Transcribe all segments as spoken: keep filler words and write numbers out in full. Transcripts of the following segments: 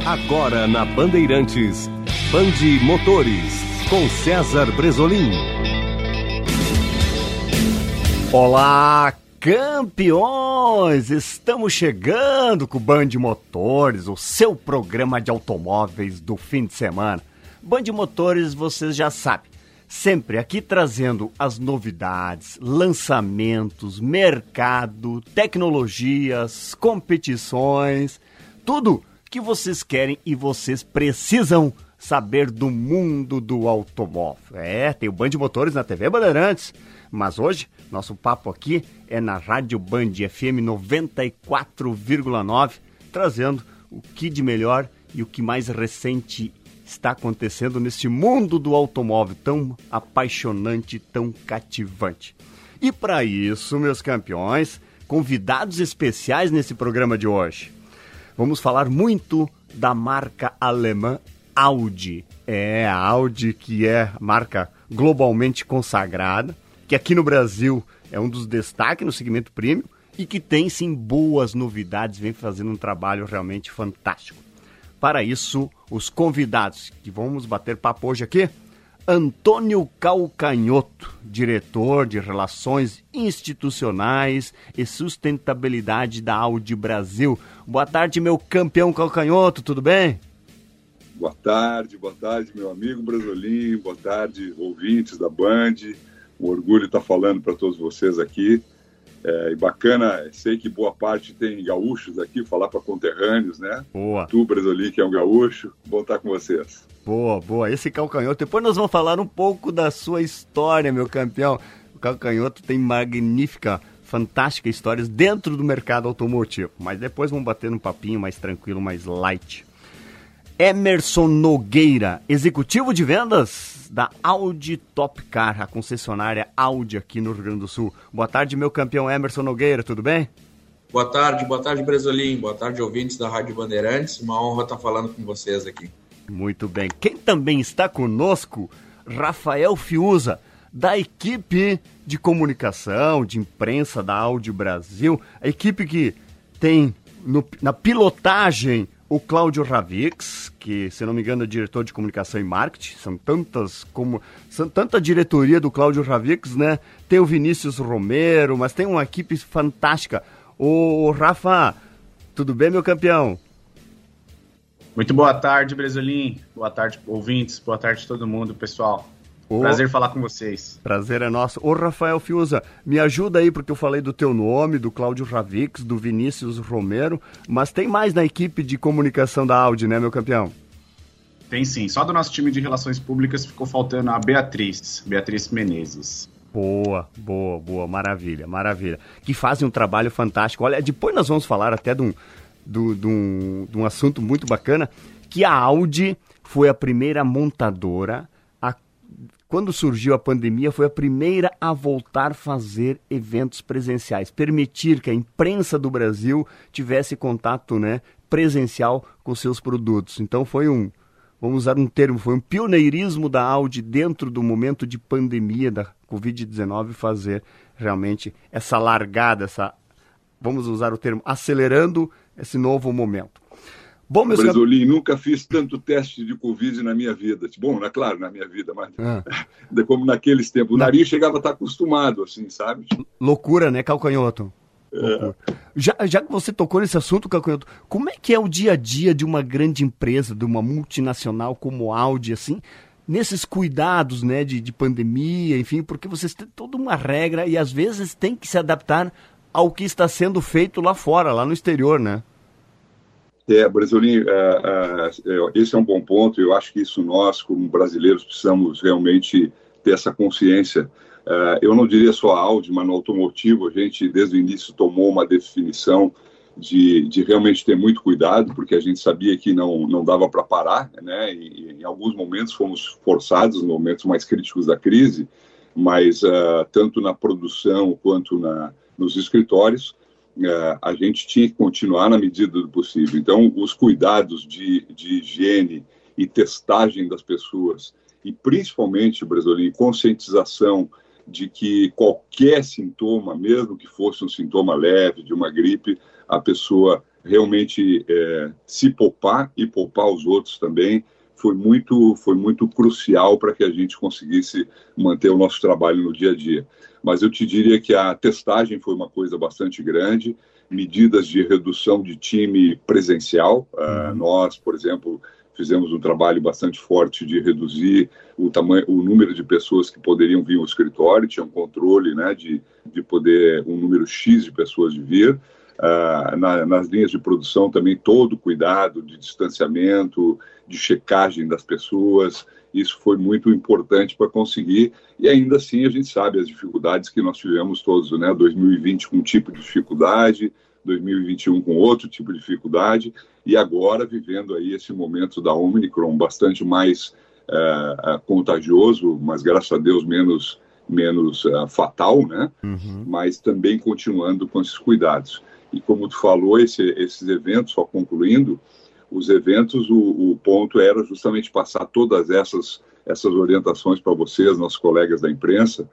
Agora na Bandeirantes, Bande Motores, com César Bresolim. Olá, campeões! Estamos chegando com o Bande Motores, o seu programa de automóveis do fim de semana. Bande Motores, vocês já sabem, sempre aqui trazendo as novidades, lançamentos, mercado, tecnologias, competições, tudo que vocês querem e vocês precisam saber do mundo do automóvel. É, tem o Band Motores na T V Bandeirantes, mas hoje nosso papo aqui é na Rádio Band F M noventa e quatro vírgula nove, trazendo o que de melhor e o que mais recente está acontecendo nesse mundo do automóvel tão apaixonante, tão cativante. E para isso, meus campeões, convidados especiais nesse programa de hoje. Vamos falar muito da marca alemã Audi. É, a Audi, que é marca globalmente consagrada, que aqui no Brasil é um dos destaques no segmento premium e que tem sim boas novidades, vem fazendo um trabalho realmente fantástico. Para isso, os convidados que vamos bater papo hoje aqui, Antônio Calcanhoto, diretor de Relações Institucionais e Sustentabilidade da Audi Brasil. Boa tarde, meu campeão Calcanhoto, tudo bem? Boa tarde, boa tarde, meu amigo Bresolim, boa tarde, ouvintes da Band. Um orgulho estar falando para todos vocês aqui. É, e bacana, sei que boa parte tem gaúchos aqui, falar para conterrâneos, né? Boa. Tu, Bresolim, que é um gaúcho, bom estar com vocês. Boa, boa. Esse Calcanhoto, depois nós vamos falar um pouco da sua história, meu campeão. O Calcanhoto tem magnífica, fantástica histórias dentro do mercado automotivo, mas depois vamos bater num papinho mais tranquilo, mais light. Emerson Nogueira, executivo de vendas da Audi Top Car, a concessionária Audi aqui no Rio Grande do Sul. Boa tarde, meu campeão Emerson Nogueira, tudo bem? Boa tarde, boa tarde, Bresolim. Boa tarde, ouvintes da Rádio Bandeirantes. Uma honra estar falando com vocês aqui. Muito bem. Quem também está conosco, Rafael Fiuza, da equipe de comunicação, de imprensa da Audi Brasil, a equipe que tem no, na pilotagem o Cláudio Ravix, que, se não me engano, é diretor de comunicação e marketing. São tantas como são tanta diretoria do Cláudio Ravix, né? Tem o Vinícius Romero, mas tem uma equipe fantástica. Ô, Rafa, tudo bem, meu campeão? Muito boa tarde, Bresolim. Boa tarde, ouvintes. Boa tarde a todo mundo, pessoal. Ô, prazer falar com vocês. Prazer é nosso. Ô, Rafael Fiuza, me ajuda aí, porque eu falei do teu nome, do Cláudio Ravix, do Vinícius Romero, mas tem mais na equipe de comunicação da Audi, né, meu campeão? Tem sim. Só do nosso time de relações públicas ficou faltando a Beatriz, Beatriz Menezes. Boa, boa, boa. Maravilha, maravilha. Que fazem um trabalho fantástico. Olha, depois nós vamos falar até de um, de, de um, de um assunto muito bacana, que a Audi foi a primeira montadora. Quando surgiu a pandemia, foi a primeira a voltar a fazer eventos presenciais, permitir que a imprensa do Brasil tivesse contato, né, presencial com seus produtos. Então foi um, vamos usar um termo, foi um pioneirismo da Audi dentro do momento de pandemia da covid dezenove, fazer realmente essa largada, essa, vamos usar o termo, acelerando esse novo momento. Bom, meus Bresolim, cap... nunca fiz tanto teste de Covid na minha vida. Bom, é claro, na minha vida, mas ah. como naqueles tempos. O na... nariz chegava a estar acostumado, assim, sabe? Loucura, né, Calcanhoto? É. Já, já que você tocou nesse assunto, Calcanhoto, como é que é o dia a dia de uma grande empresa, de uma multinacional como a Audi, assim, nesses cuidados, né, de, de pandemia, enfim, porque vocês têm toda uma regra e às vezes tem que se adaptar ao que está sendo feito lá fora, lá no exterior, né? É, Bresolim, uh, uh, esse é um bom ponto. Eu acho que isso nós, como brasileiros, precisamos realmente ter essa consciência. Uh, eu não diria só a Audi, mas no automotivo a gente, desde o início, tomou uma definição de, de realmente ter muito cuidado, porque a gente sabia que não, não dava para parar, né? E, em alguns momentos fomos forçados, nos momentos mais críticos da crise, mas uh, tanto na produção quanto na, nos escritórios, Uh, a gente tinha que continuar na medida do possível. Então, os cuidados de, de higiene e testagem das pessoas, e principalmente, Bresolim, conscientização de que qualquer sintoma, mesmo que fosse um sintoma leve de uma gripe, a pessoa realmente é, se poupar e poupar os outros também foi muito, foi muito crucial para que a gente conseguisse manter o nosso trabalho no dia a dia. Mas eu te diria que a testagem foi uma coisa bastante grande, medidas de redução de time presencial. Uhum. Uh, nós, por exemplo, fizemos um trabalho bastante forte de reduzir o tamanho, o número de pessoas que poderiam vir ao escritório, tinha um controle, né, de, de poder, um número X de pessoas de vir. Uh, na, nas linhas de produção também todo o cuidado de distanciamento, de checagem das pessoas, isso foi muito importante para conseguir, e ainda assim a gente sabe as dificuldades que nós tivemos todos, né, dois mil e vinte com um tipo de dificuldade, dois mil e vinte e um com outro tipo de dificuldade, e agora vivendo aí esse momento da Omicron bastante mais uh, uh, contagioso, mas graças a Deus menos, menos uh, fatal, né, uhum. mas também continuando com esses cuidados. E como tu falou, esse, esses eventos, só concluindo, os eventos, o, o ponto era justamente passar todas essas, essas orientações para vocês, nossos colegas da imprensa,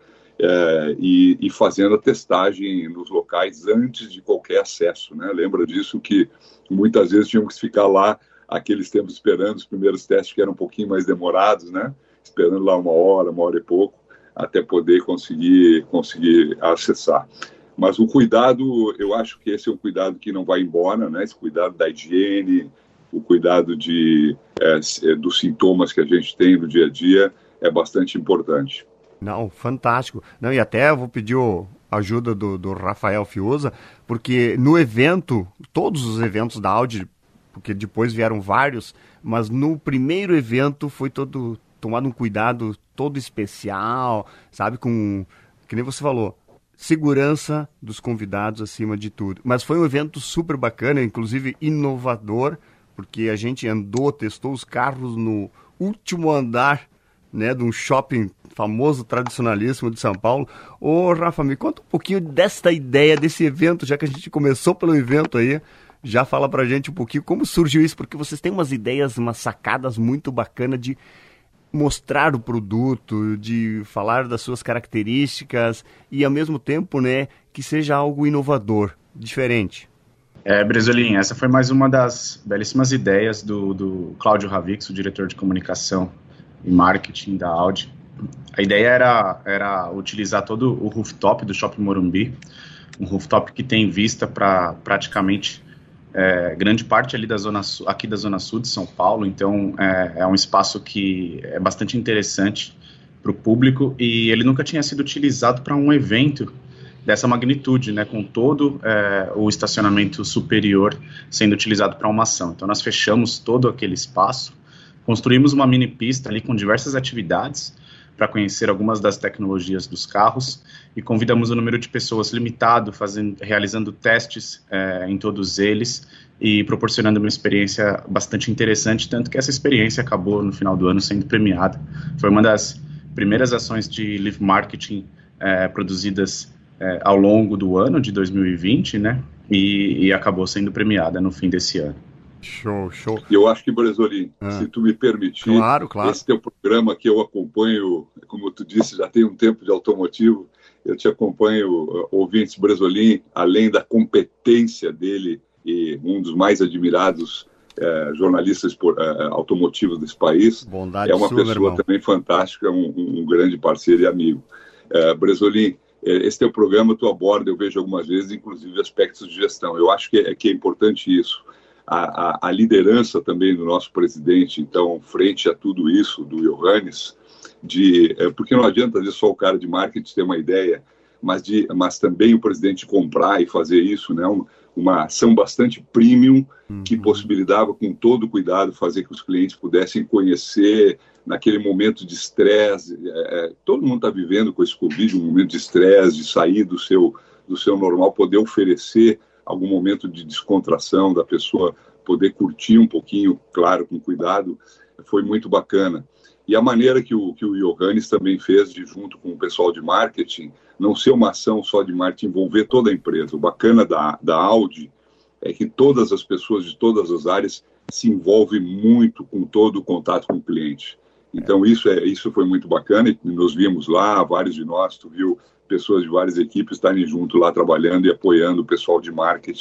é, e, e fazendo a testagem nos locais antes de qualquer acesso, né? Lembra disso que muitas vezes tínhamos que ficar lá aqueles tempos esperando os primeiros testes que eram um pouquinho mais demorados, né? Esperando lá uma hora, uma hora e pouco, até poder conseguir, conseguir acessar. Mas o cuidado, eu acho que esse é um cuidado que não vai embora, né? Esse cuidado da higiene, o cuidado de, é, dos sintomas que a gente tem no dia a dia é bastante importante. Não, fantástico. Não, e até eu vou pedir a ajuda do, do Rafael Fiuza, porque no evento, todos os eventos da Audi, porque depois vieram vários, mas no primeiro evento foi todo tomado um cuidado todo especial, sabe, com, que nem você falou, segurança dos convidados acima de tudo. Mas foi um evento super bacana, inclusive inovador, porque a gente andou, testou os carros no último andar, né, de um shopping famoso, tradicionalíssimo de São Paulo. Ô, Rafa, me conta um pouquinho desta ideia, desse evento, já que a gente começou pelo evento aí, já fala pra gente um pouquinho como surgiu isso, porque vocês têm umas ideias, umas sacadas muito bacanas de mostrar o produto, de falar das suas características e, ao mesmo tempo, né, que seja algo inovador, diferente. É, Bresolim, essa foi mais uma das belíssimas ideias do, do Cláudio Ravix, o diretor de comunicação e marketing da Audi. A ideia era, era utilizar todo o rooftop do Shopping Morumbi, um rooftop que tem vista para praticamente é, grande parte ali da zona sul, aqui da Zona Sul de São Paulo, então é, é um espaço que é bastante interessante para o público e ele nunca tinha sido utilizado para um evento dessa magnitude, né, com todo é, o estacionamento superior sendo utilizado para uma ação. Então nós fechamos todo aquele espaço, construímos uma mini pista ali com diversas atividades para conhecer algumas das tecnologias dos carros e convidamos um número de pessoas limitado, fazendo, realizando testes é, em todos eles e proporcionando uma experiência bastante interessante, tanto que essa experiência acabou no final do ano sendo premiada. Foi uma das primeiras ações de live marketing é, produzidas é, ao longo do ano de dois mil e vinte, né, e, e acabou sendo premiada no fim desse ano. Show, show. E eu acho que, Bresolim, ah. se tu me permitir, claro, claro. Esse teu programa que eu acompanho, como tu disse, já tem um tempo de automotivo, eu te acompanho, ouvintes Bresolim, além da competência dele e um dos mais admirados eh, jornalistas por, eh, automotivos desse país, Bondade é uma sua, pessoa também fantástica, um, um grande parceiro e amigo. Eh, Bresolim, esse teu programa tu aborda, eu vejo algumas vezes, inclusive aspectos de gestão. Eu acho que é, que é importante isso. A, a, a liderança também do nosso presidente, então, frente a tudo isso, do Iohannis, de, é, porque não adianta dizer só o cara de marketing ter uma ideia, mas, de, mas também o presidente comprar e fazer isso, né, uma, uma ação bastante premium, uhum. que possibilitava com todo cuidado fazer que os clientes pudessem conhecer naquele momento de estresse. É, todo mundo está vivendo com esse Covid, um momento de estresse, de sair do seu, do seu normal, poder oferecer algum momento de descontração da pessoa, poder curtir um pouquinho, claro, com cuidado, foi muito bacana. E a maneira que o, que o Iohannis também fez, de, junto com o pessoal de marketing, não ser uma ação só de marketing, envolver toda a empresa. O bacana da, da Audi é que todas as pessoas de todas as áreas se envolvem muito com todo o contato com o cliente. Então, isso, é, isso foi muito bacana, e nós vimos lá, vários de nós, tu viu pessoas de várias equipes estarem junto lá trabalhando e apoiando o pessoal de marketing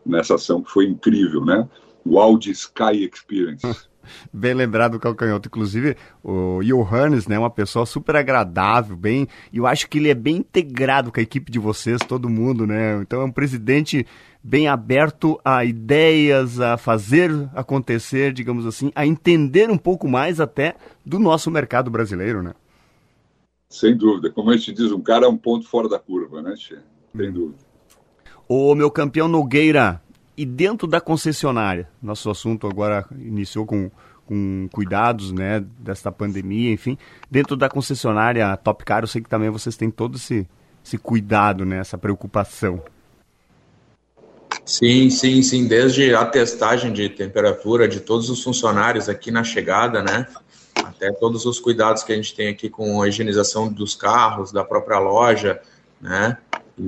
nessa ação que foi incrível, né? O Audi Sky Experience. Bem lembrado, Calcanhoto. Inclusive, o Johannes, né, uma pessoa super agradável, bem, e eu acho que ele é bem integrado com a equipe de vocês, todo mundo, né? Então é um presidente bem aberto a ideias, a fazer acontecer, digamos assim, a entender um pouco mais até do nosso mercado brasileiro, né? Sem dúvida. Como a gente diz, um cara é um ponto fora da curva, né, Tchê? Sem dúvida. Ô, meu campeão Nogueira, e dentro da concessionária, nosso assunto agora iniciou com, com cuidados, né, desta pandemia, enfim, dentro da concessionária Top Car, eu sei que também vocês têm todo esse, esse cuidado, né, essa preocupação. Sim, sim, sim, desde a testagem de temperatura de todos os funcionários aqui na chegada, né, até todos os cuidados que a gente tem aqui com a higienização dos carros, da própria loja, né,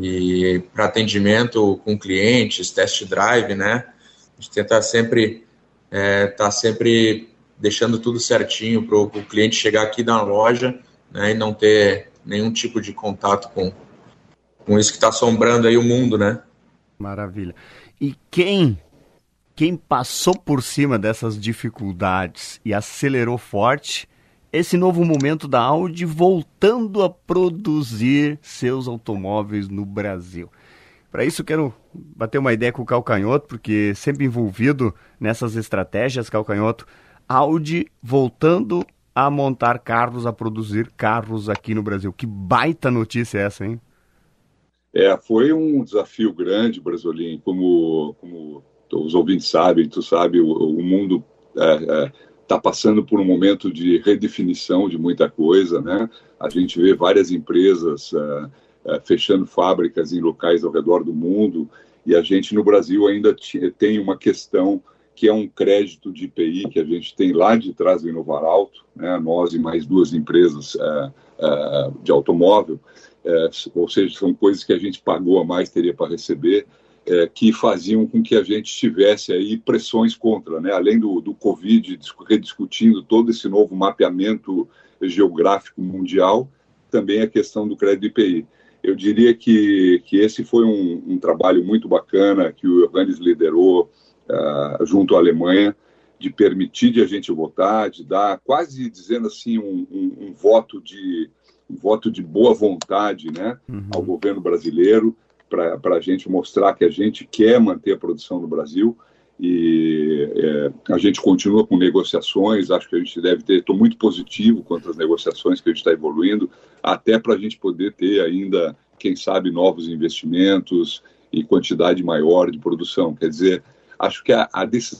e para atendimento com clientes, test drive, né? A gente tenta sempre é, tá sempre deixando tudo certinho para o cliente chegar aqui na loja, né, e não ter nenhum tipo de contato com, com isso que está assombrando aí o mundo, né? Maravilha. E quem, quem passou por cima dessas dificuldades e acelerou forte, esse novo momento da Audi voltando a produzir seus automóveis no Brasil. Para isso, quero bater uma ideia com o Calcanhoto, porque sempre envolvido nessas estratégias, Calcanhoto, Audi voltando a montar carros, a produzir carros aqui no Brasil. Que baita notícia é essa, hein? É, foi um desafio grande, Brasolim, como, como os ouvintes sabem, tu sabe, o, o mundo... É, é, está passando por um momento de redefinição de muita coisa, né? A gente vê várias empresas uh, uh, fechando fábricas em locais ao redor do mundo, e a gente no Brasil ainda tem uma questão que é um crédito de I P I que a gente tem lá de trás do Inovar Alto, né? Nós e mais duas empresas uh, uh, de automóvel, uh, ou seja, são coisas que a gente pagou a mais, teria para receber, É, que faziam com que a gente tivesse aí pressões contra, né? Além do, do Covid, rediscutindo todo esse novo mapeamento geográfico mundial, também a questão do crédito I P I. Eu diria que, que esse foi um, um trabalho muito bacana que o Johannes liderou uh, junto à Alemanha, de permitir de a gente votar, de dar, quase dizendo assim, um, um, um voto de um voto de boa vontade, né, uhum. ao governo brasileiro, para a gente mostrar que a gente quer manter a produção no Brasil, e é, a gente continua com negociações, acho que a gente deve ter, estou muito positivo quanto às negociações que a gente está evoluindo, até para a gente poder ter ainda, quem sabe, novos investimentos e quantidade maior de produção. Quer dizer, acho que a, a decisão,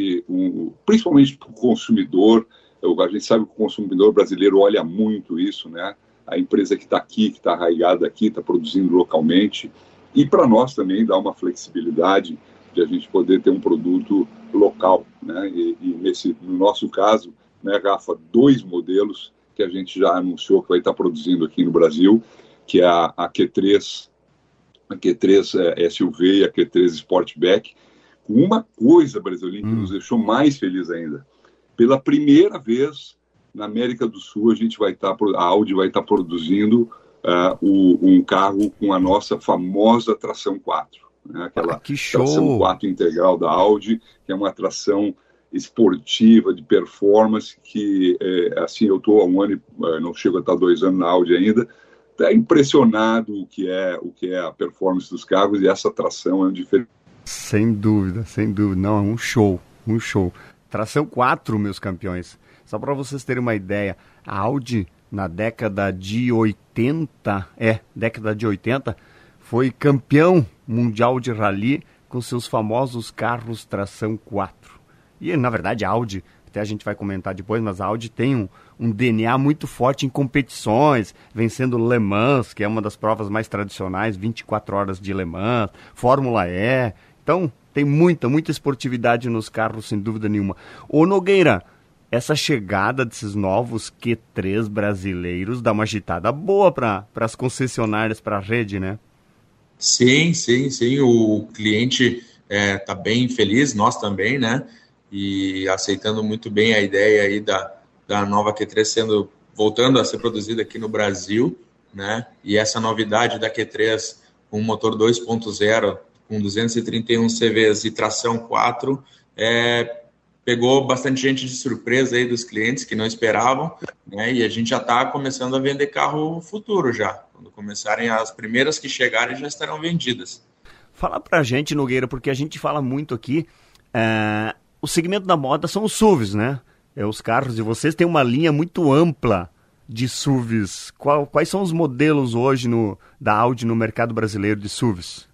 um, principalmente para o consumidor, eu, a gente sabe que o consumidor brasileiro olha muito isso, né? A empresa que está aqui, que está arraigada aqui, está produzindo localmente, e para nós também dá uma flexibilidade de a gente poder ter um produto local, né? E, e nesse, no nosso caso, né, Rafa, dois modelos que a gente já anunciou que vai estar produzindo aqui no Brasil, que é a, a Q três, a Q três é, S U V e a Q três Sportback, com uma coisa, brasileira, que hum. nos deixou mais feliz ainda. Pela primeira vez na América do Sul, a gente vai estar, a Audi vai estar produzindo uh, o, um carro com a nossa famosa tração quatro, né? Aquela ah, que show. Tração quatro integral da Audi, que é uma tração esportiva, de performance, que, é, assim, eu estou há um ano, não chego a estar dois anos na Audi ainda, está impressionado o que, é, o que é a performance dos carros, e essa tração é um diferente. Sem dúvida, sem dúvida. Não, é um show, um show. Tração quatro, meus campeões. Só para vocês terem uma ideia, a Audi, na década de oitenta, é, década de oitenta, foi campeão mundial de rally com seus famosos carros tração quatro. E, na verdade, a Audi, até a gente vai comentar depois, mas a Audi tem um, um D N A muito forte em competições, vencendo Le Mans, que é uma das provas mais tradicionais, vinte e quatro horas de Le Mans, Fórmula E. Então, tem muita, muita esportividade nos carros, sem dúvida nenhuma. Ô, Nogueira, essa chegada desses novos Q três brasileiros dá uma agitada boa para as concessionárias, para a rede, né? Sim, sim, sim. O cliente está é, bem feliz, nós também, né? E aceitando muito bem a ideia aí da, da nova Q três sendo, voltando a ser produzida aqui no Brasil, né? E essa novidade da Q três com um motor dois ponto zero com duzentos e trinta e um C Vs e tração quatro, é, pegou bastante gente de surpresa aí dos clientes que não esperavam, né? E a gente já está começando a vender carro futuro já. Quando começarem as primeiras que chegarem já estarão vendidas. Fala pra gente, Nogueira, porque a gente fala muito aqui, é, o segmento da moda são os S U Vs, né? É, os carros de vocês têm uma linha muito ampla de S U Vs. Qual, quais são os modelos hoje no, da Audi no mercado brasileiro de S U Vs?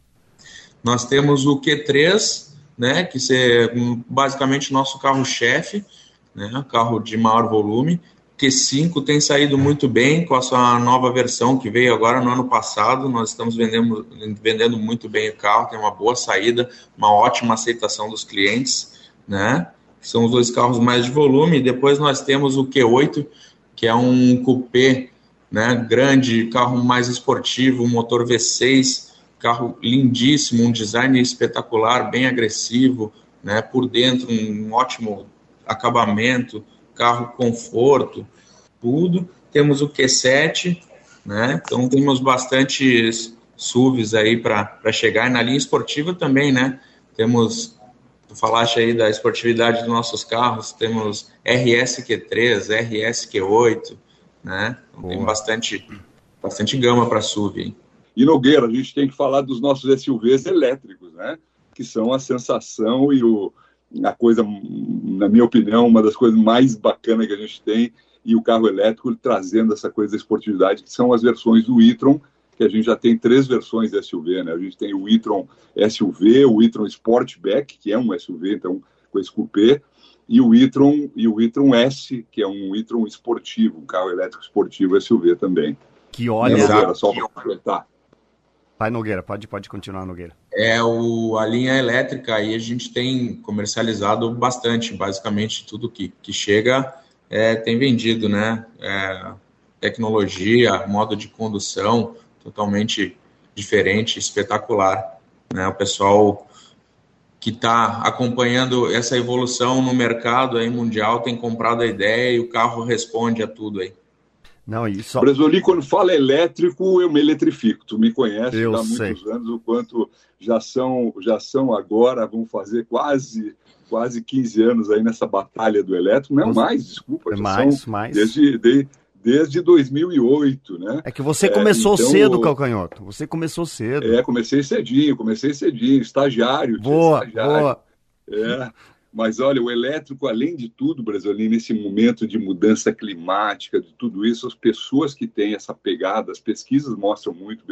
Nós temos o Q três, né, que é basicamente o nosso carro-chefe, né, carro de maior volume. Q cinco tem saído muito bem com a sua nova versão que veio agora no ano passado. Nós estamos vendendo, vendendo muito bem o carro, tem uma boa saída, uma ótima aceitação dos clientes, né? São os dois carros mais de volume. Depois nós temos o Q oito, que é um coupé, né, grande, carro mais esportivo, motor V seis, carro lindíssimo, um design espetacular, bem agressivo, né, por dentro um ótimo acabamento, carro conforto, tudo. Temos o Q sete, né, então temos bastantes S U Vs aí para chegar. E na linha esportiva também, né, temos, tu falaste aí da esportividade dos nossos carros, temos R S Q três, R S Q oito, né, então tem bastante, bastante gama para S U V, hein? E, Nogueira, a gente tem que falar dos nossos S U Vs elétricos, né? Que são a sensação e o, a coisa, na minha opinião, uma das coisas mais bacanas que a gente tem, e o carro elétrico trazendo essa coisa da esportividade, que são as versões do e-tron, que a gente já tem três versões de S U V, né? A gente tem o e-tron S U V, o e-tron Sportback, que é um S U V, então, com esse coupé, e o e-tron, e o e-tron S, que é um e-tron esportivo, um carro elétrico esportivo S U V também. Que olha... Nogueira, só para completar. Vai, Nogueira, pode, pode continuar, Nogueira. É, o, a linha elétrica aí a gente tem comercializado bastante, basicamente tudo que, que chega é, tem vendido, né? É, tecnologia, modo de condução totalmente diferente, espetacular, né? O pessoal que está acompanhando essa evolução no mercado aí mundial tem comprado a ideia e o carro responde a tudo aí. Não, isso... Brasolim, quando fala elétrico, eu me eletrifico. Tu me conhece eu há sei. muitos anos, o quanto já são, já são agora, vão fazer quase, quase quinze anos aí nessa batalha do elétrico. Não é mais, desculpa. É já mais, são mais. Desde, de, desde dois mil e oito, né? É que você começou é, então, cedo, Calcanhoto. Você começou cedo. É, comecei cedinho, comecei cedinho, estagiário. Boa, estagiário. boa. É. Mas, olha, o elétrico, além de tudo, Brasolim, nesse momento de mudança climática, de tudo isso, as pessoas que têm essa pegada, as pesquisas mostram muito,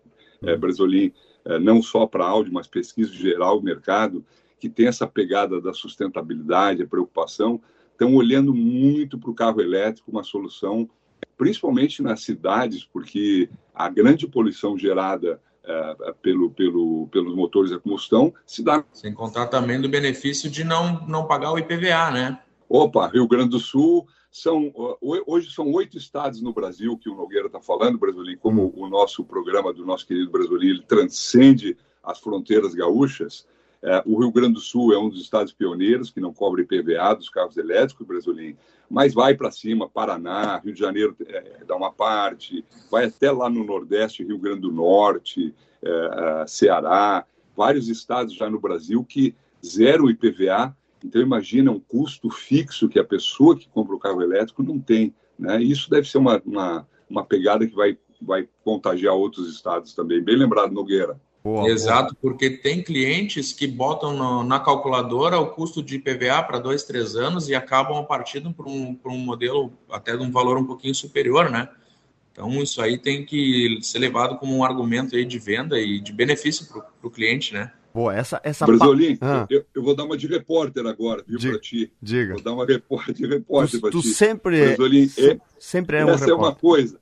é, Brasolim, é, não só para a Audi, mas pesquisas em geral do mercado, que tem essa pegada da sustentabilidade, a preocupação, estão olhando muito para o carro elétrico, uma solução, principalmente nas cidades, porque a grande poluição gerada Uh, pelo, pelo, pelos motores a combustão, se dá... Sem contar também do benefício de não, não pagar o I P V A, né? Opa, Rio Grande do Sul, são, uh, hoje são oito estados no Brasil que o Nogueira está falando, Brasolim, como o nosso programa do nosso querido Brasolim, ele transcende as fronteiras gaúchas. Uh, o Rio Grande do Sul é um dos estados pioneiros que não cobra I P V A dos carros elétricos, Brasolim, mas vai para cima, Paraná, Rio de Janeiro é, dá uma parte, vai até lá no Nordeste, Rio Grande do Norte, é, Ceará, vários estados já no Brasil que zeram I P V A. Então imagina um custo fixo que a pessoa que compra o carro elétrico não tem, né? Isso deve ser uma, uma, uma pegada que vai, vai contagiar outros estados também. Bem lembrado, Nogueira. Boa, Exato, boa. Porque tem clientes que botam no, na calculadora o custo de I P V A para dois, três anos e acabam partindo para um, um modelo até de um valor um pouquinho superior, né? Então, isso aí tem que ser levado como um argumento aí de venda e de benefício para o cliente, né? Boa, essa... essa Brasolim, ah. eu, eu vou dar uma de repórter agora, viu, para ti. Diga. Vou dar uma repórter, de repórter para ti. Tu sempre, Brasolim, é, sempre é um essa repórter. é uma coisa.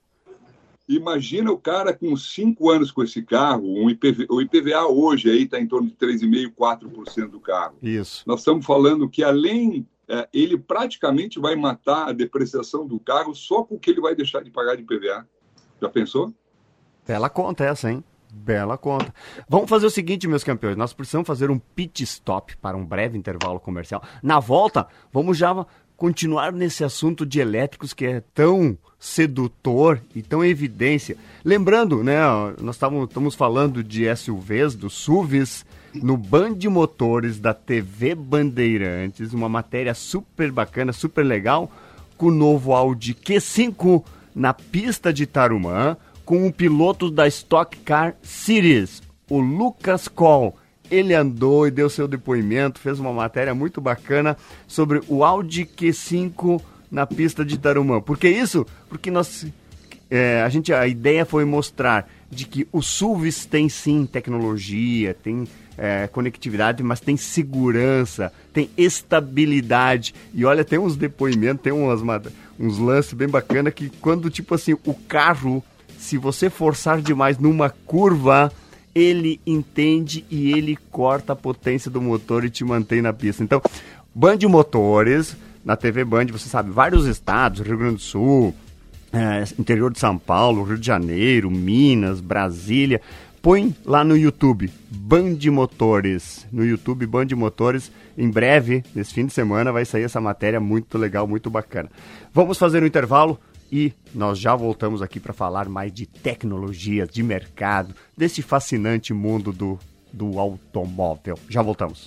Imagina o cara com cinco anos com esse carro, um I P V, o I P V A hoje aí está em torno de três vírgula cinco, quatro por cento do carro. Isso. Nós estamos falando que além, é, ele praticamente vai matar a depreciação do carro só com o que ele vai deixar de pagar de I P V A. Já pensou? Bela conta essa, hein? Bela conta. Vamos fazer o seguinte, meus campeões, nós precisamos fazer um pit stop para um breve intervalo comercial. Na volta, vamos já continuar nesse assunto de elétricos que é tão sedutor e tão evidência. Lembrando, né, nós estamos falando de S U Vs, dos S U Vs, no Band Motores da T V Bandeirantes, uma matéria super bacana, super legal, com o novo Audi Q cinco na pista de Tarumã, com o piloto da Stock Car Series, o Lucas Coll. Ele andou e deu seu depoimento, fez uma matéria muito bacana sobre o Audi Q cinco na pista de Tarumã. Por que isso? Porque nós, é, a, gente, a ideia foi mostrar de que os S U Vs têm sim tecnologia, tem é, conectividade, mas tem segurança, tem estabilidade. E olha, tem uns depoimentos, tem umas, uns lances bem bacanas que quando, tipo assim, o carro, se você forçar demais numa curva, ele entende e ele corta a potência do motor e te mantém na pista. Então, Band Motores, na T V Band, você sabe, vários estados, Rio Grande do Sul, é, interior de São Paulo, Rio de Janeiro, Minas, Brasília. Põe lá no YouTube, Band Motores. No YouTube, Band Motores. Em breve, nesse fim de semana, vai sair essa matéria muito legal, muito bacana. Vamos fazer um intervalo. E nós já voltamos aqui para falar mais de tecnologias, de mercado, desse fascinante mundo do, do automóvel. Já voltamos.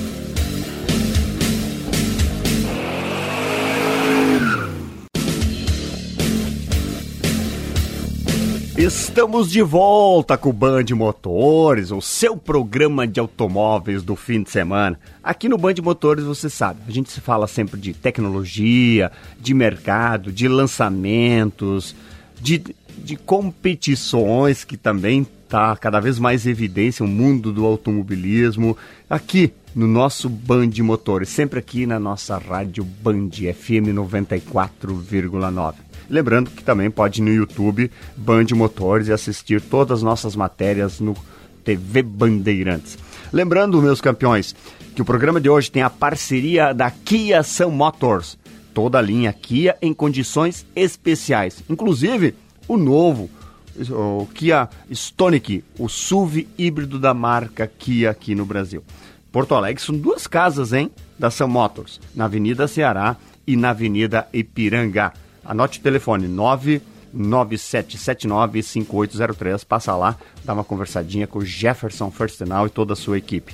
Estamos de volta com o Band Motores, o seu programa de automóveis do fim de semana. Aqui no Band Motores, você sabe, a gente se fala sempre de tecnologia, de mercado, de lançamentos, de, de competições, que também está cada vez mais em evidência o mundo do automobilismo. Aqui no nosso Band Motores, sempre aqui na nossa rádio Band F M noventa e quatro vírgula nove. Lembrando que também pode ir no YouTube Band Motores e assistir todas as nossas matérias no T V Bandeirantes. Lembrando, meus campeões, que o programa de hoje tem a parceria da Kia Sun Motors. Toda a linha Kia em condições especiais. Inclusive, o novo, o Kia Stonic, o S U V híbrido da marca Kia aqui no Brasil. Porto Alegre são duas casas, hein, da Sun Motors, na Avenida Ceará e na Avenida Ipiranga. Anote o telefone nove nove sete sete nove cinco oito zero três, passa lá, dá uma conversadinha com o Jefferson Firstenau e toda a sua equipe.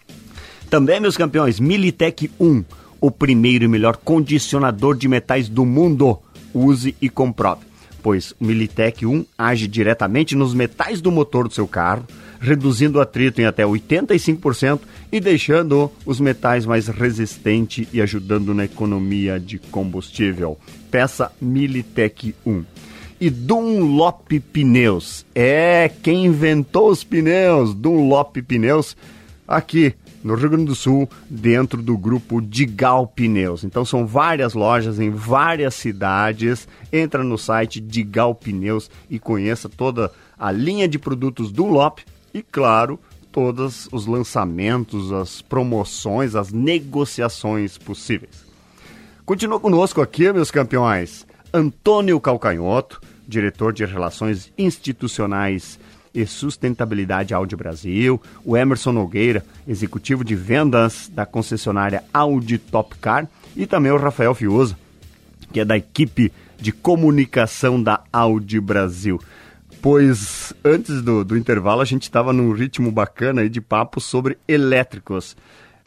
Também, meus campeões, Militech um, o primeiro e melhor condicionador de metais do mundo. Use e comprove, pois o Militech um age diretamente nos metais do motor do seu carro, reduzindo o atrito em até oitenta e cinco por cento e deixando os metais mais resistentes e ajudando na economia de combustível. Peça Militech um. E Dunlop Pneus. É, quem inventou os pneus? Dunlop Pneus, aqui no Rio Grande do Sul, dentro do grupo Digal Pneus. Então são várias lojas em várias cidades. Entra no site Digal Pneus e conheça toda a linha de produtos Dunlop e, claro, todos os lançamentos, as promoções, as negociações possíveis. Continua conosco aqui, meus campeões, Antônio Calcanhoto, diretor de Relações Institucionais e Sustentabilidade Audi Brasil, o Emerson Nogueira, executivo de vendas da concessionária Audi Top Car, e também o Rafael Fiuza, que é da equipe de comunicação da Audi Brasil. Pois antes do, do intervalo a gente estava num ritmo bacana aí de papo sobre elétricos.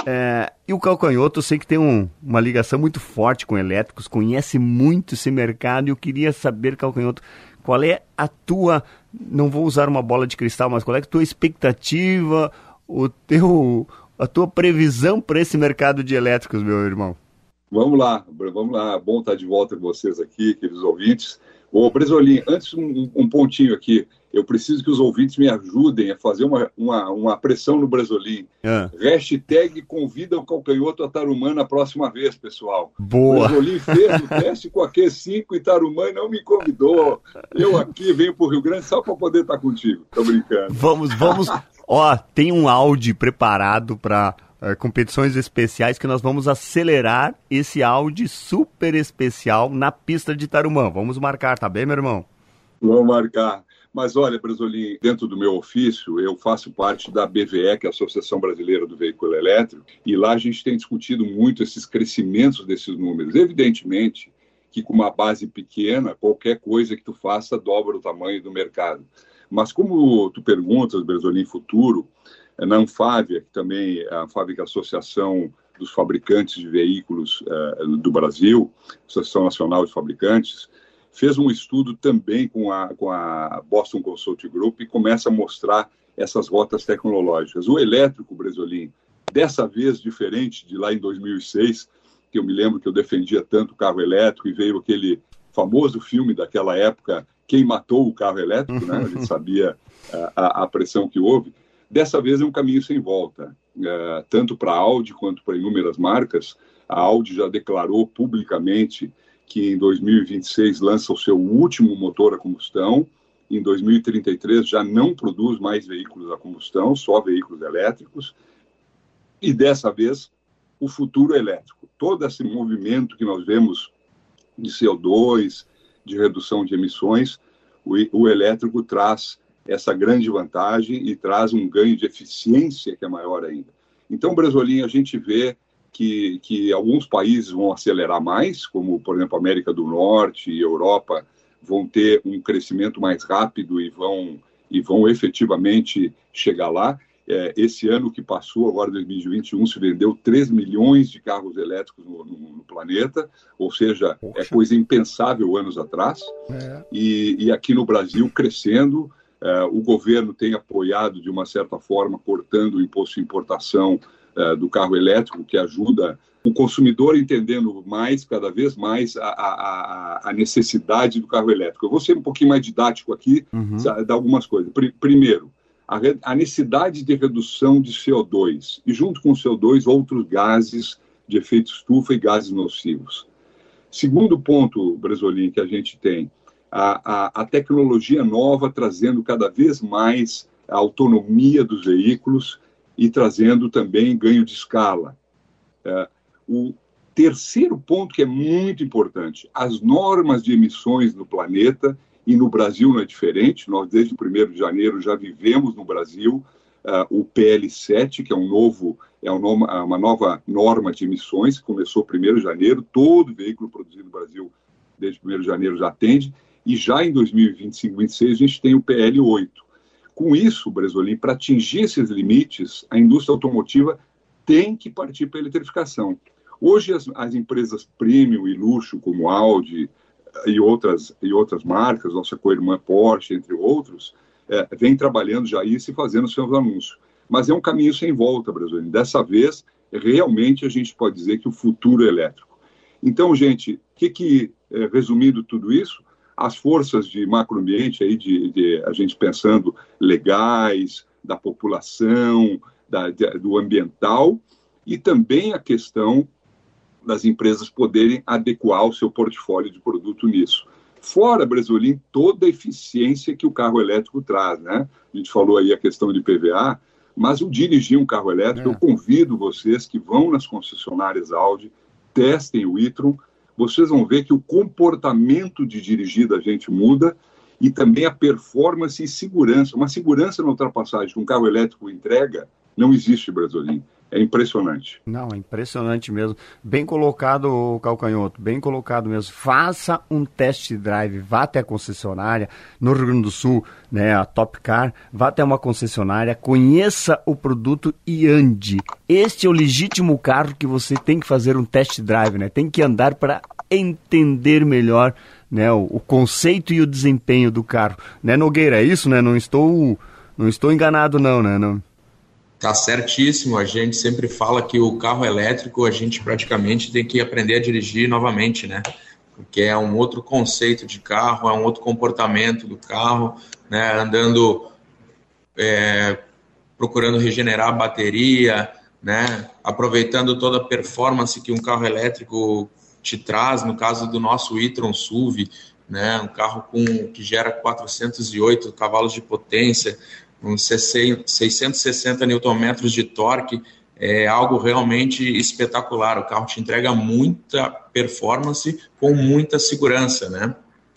É, e o Calcanhoto, eu sei que tem um, uma ligação muito forte com elétricos, conhece muito esse mercado, e eu queria saber, Calcanhoto, qual é a tua, não vou usar uma bola de cristal, mas qual é a tua expectativa, o teu, a tua previsão para esse mercado de elétricos, meu irmão? Vamos lá, vamos lá, bom estar de volta com vocês aqui, queridos ouvintes. Ô, Bresolim, antes um, um pontinho aqui. Eu preciso que os ouvintes me ajudem a fazer uma, uma, uma pressão no Bresolim. É. Hashtag convida o Calcanhoto a Tarumã na próxima vez, pessoal. Boa. O Bresolim fez o teste com a Q cinco e Tarumã e não me convidou. Eu aqui venho para o Rio Grande só para poder estar contigo. Tô brincando. Vamos, vamos. Ó, tem um Audi preparado para é, competições especiais que nós vamos acelerar esse Audi super especial na pista de Tarumã. Vamos marcar, tá bem, meu irmão? Vamos marcar. Mas olha, Brasolim, dentro do meu ofício, eu faço parte da B V E, que é a Associação Brasileira do Veículo Elétrico, e lá a gente tem discutido muito esses crescimentos desses números. Evidentemente que com uma base pequena, qualquer coisa que tu faça dobra o tamanho do mercado. Mas como tu perguntas, Brasolim, futuro, na Anfávia, que também a Anfávia é a Associação dos Fabricantes de Veículos uh, do Brasil, Associação Nacional de Fabricantes, fez um estudo também com a, com a Boston Consulting Group e começa a mostrar essas rotas tecnológicas. O elétrico, Brasolim, dessa vez diferente de lá em dois mil e seis, que eu me lembro que eu defendia tanto o carro elétrico e veio aquele famoso filme daquela época, Quem Matou o Carro Elétrico, né? A gente sabia a, a pressão que houve. Dessa vez é um caminho sem volta, uh, tanto para a Audi quanto para inúmeras marcas. A Audi já declarou publicamente que em dois mil e vinte e seis lança o seu último motor a combustão, em dois mil e trinta e três já não produz mais veículos a combustão, só veículos elétricos, e dessa vez o futuro elétrico. Todo esse movimento que nós vemos de C O dois, de redução de emissões, o, o elétrico traz essa grande vantagem e traz um ganho de eficiência que é maior ainda. Então, Brasolim, a gente vê que, que alguns países vão acelerar mais, como, por exemplo, a América do Norte e Europa vão ter um crescimento mais rápido e vão, e vão efetivamente chegar lá. É, esse ano que passou, agora dois mil e vinte e um, se vendeu três milhões de carros elétricos no, no, no planeta, ou seja, Poxa. é coisa impensável anos atrás. É. E, e aqui no Brasil, crescendo, é, o governo tem apoiado, de uma certa forma, cortando o imposto de importação é, do carro elétrico, que ajuda o consumidor entendendo mais, cada vez mais, a, a, a necessidade do carro elétrico. Eu vou ser um pouquinho mais didático aqui, uhum. dar algumas coisas. Pr- primeiro, a necessidade de redução de C O dois e, junto com o C O dois, outros gases de efeito estufa e gases nocivos. Segundo ponto, Brasolim, que a gente tem, a, a, a tecnologia nova trazendo cada vez mais a autonomia dos veículos e trazendo também ganho de escala. É, o terceiro ponto, que é muito importante, as normas de emissões no planeta. E no Brasil não é diferente, nós desde o primeiro de janeiro já vivemos no Brasil uh, o P L sete, que é, um novo, é uma nova norma de emissões, que começou primeiro de janeiro, todo veículo produzido no Brasil desde o primeiro de janeiro já atende, e já em dois mil e vinte e cinco, dois mil e vinte e seis a gente tem o P L oito. Com isso, Brasolim, para atingir esses limites, a indústria automotiva tem que partir para a eletrificação. Hoje as, as empresas premium e luxo, como Audi, e outras, e outras marcas, nossa co-irmã Porsche, entre outros, é, vem trabalhando já isso e fazendo seus anúncios. Mas é um caminho sem volta, Brasil. Dessa vez, realmente, a gente pode dizer que o futuro é elétrico. Então, gente, o que, que é, resumindo tudo isso, as forças de macroambiente, aí de, de, a gente pensando legais, da população, da, de, do ambiental, e também a questão das empresas poderem adequar o seu portfólio de produto nisso. Fora, Brasolim, toda a eficiência que o carro elétrico traz, né? A gente falou aí a questão de P V A, mas o dirigir um carro elétrico, é. eu convido vocês que vão nas concessionárias Audi, testem o e-tron, vocês vão ver que o comportamento de dirigir da gente muda e também a performance e segurança. Uma segurança na ultrapassagem que um carro elétrico entrega não existe, Brasolim. É impressionante. Não, é impressionante mesmo. Bem colocado, Calcanhoto, bem colocado mesmo. Faça um test drive, vá até a concessionária, no Rio Grande do Sul, né, a Top Car, vá até uma concessionária, conheça o produto e ande. Este é o legítimo carro que você tem que fazer um test drive, né? Tem que andar para entender melhor, né, o, o conceito e o desempenho do carro. Né, Nogueira, é isso, né? Não estou, não estou enganado não, né? Não... Tá certíssimo, a gente sempre fala que o carro elétrico a gente praticamente tem que aprender a dirigir novamente, né? Porque é um outro conceito de carro, é um outro comportamento do carro, né? Andando, é, procurando regenerar a bateria, né? Aproveitando toda a performance que um carro elétrico te traz, no caso do nosso e-tron S U V, né? Um carro com, que gera quatrocentos e oito cavalos de potência, uns seiscentos e sessenta newton-metros de torque, é algo realmente espetacular. O carro te entrega muita performance com muita segurança, né?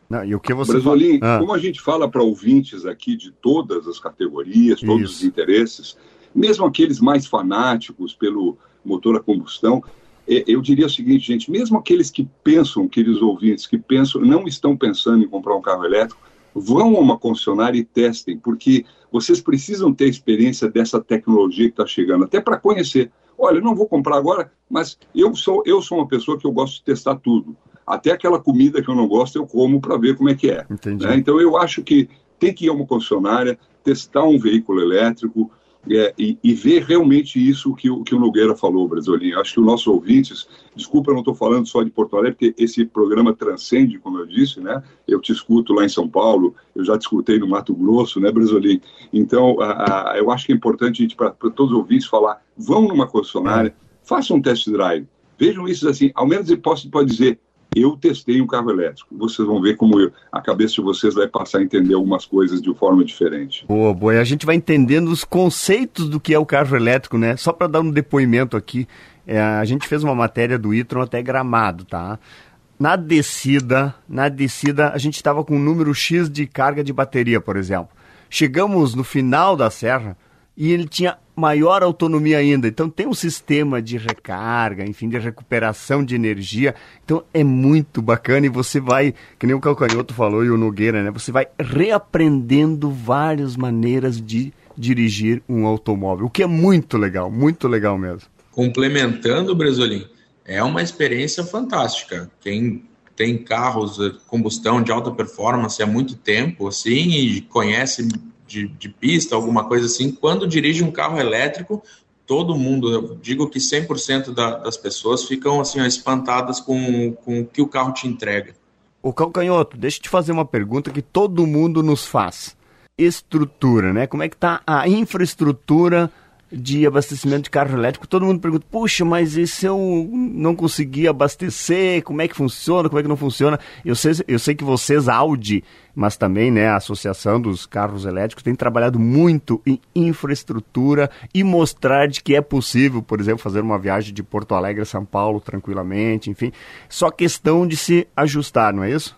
Não, e o que você Brasolim, fala? Ah. Como a gente fala para ouvintes aqui de todas as categorias, todos Isso. os interesses, mesmo aqueles mais fanáticos pelo motor a combustão, eu diria o seguinte, gente, mesmo aqueles que pensam, aqueles ouvintes que pensam, não estão pensando em comprar um carro elétrico, vão a uma concessionária e testem, porque vocês precisam ter experiência dessa tecnologia que está chegando, até para conhecer. Olha, eu não vou comprar agora, mas eu sou, eu sou uma pessoa que eu gosto de testar tudo. Até aquela comida que eu não gosto, eu como para ver como é que é. Né? Então, eu acho que tem que ir a uma concessionária, testar um veículo elétrico é, e, e ver realmente isso que o, que o Nogueira falou, Brasolim. Acho que os nossos ouvintes, desculpa, eu não estou falando só de Porto Alegre, porque esse programa transcende, como eu disse, né? Eu te escuto lá em São Paulo, eu já te escutei no Mato Grosso, né, Brasolim? Então, a, a, eu acho que é importante para todos os ouvintes falar, vão numa concessionária, façam um test drive, vejam isso assim, ao menos ele pode, pode dizer, eu testei um carro elétrico. Vocês vão ver como eu, a cabeça de vocês vai passar a entender algumas coisas de forma diferente. Boa, boa. E a gente vai entendendo os conceitos do que é o carro elétrico, né? Só para dar um depoimento aqui, é, a gente fez uma matéria do e-tron até Gramado, tá? Na descida, na descida, a gente estava com um número X de carga de bateria, por exemplo. Chegamos no final da serra e ele tinha maior autonomia ainda. Então tem um sistema de recarga, enfim, de recuperação de energia. Então é muito bacana e você vai, que nem o Calcanhoto falou e o Nogueira, né? Você vai reaprendendo várias maneiras de dirigir um automóvel, o que é muito legal, muito legal mesmo. Complementando, Brasolim, é uma experiência fantástica. Quem tem carros de combustão de alta performance há muito tempo, assim, e conhece De, de pista, alguma coisa assim, quando dirige um carro elétrico, todo mundo, eu digo que cem por cento da, das pessoas ficam assim, ó, espantadas com, com o que o carro te entrega. Ô Calcanhoto, deixa eu te fazer uma pergunta que todo mundo nos faz. Estrutura, né? Como é que tá a infraestrutura de abastecimento de carro elétrico? Todo mundo pergunta, puxa, mas e se eu não conseguir abastecer, como é que funciona, como é que não funciona? Eu sei, eu sei que vocês, a Audi, mas também, né, a Associação dos Carros Elétricos, tem trabalhado muito em infraestrutura e mostrar de que é possível, por exemplo, fazer uma viagem de Porto Alegre a São Paulo tranquilamente, enfim, só questão de se ajustar, não é isso?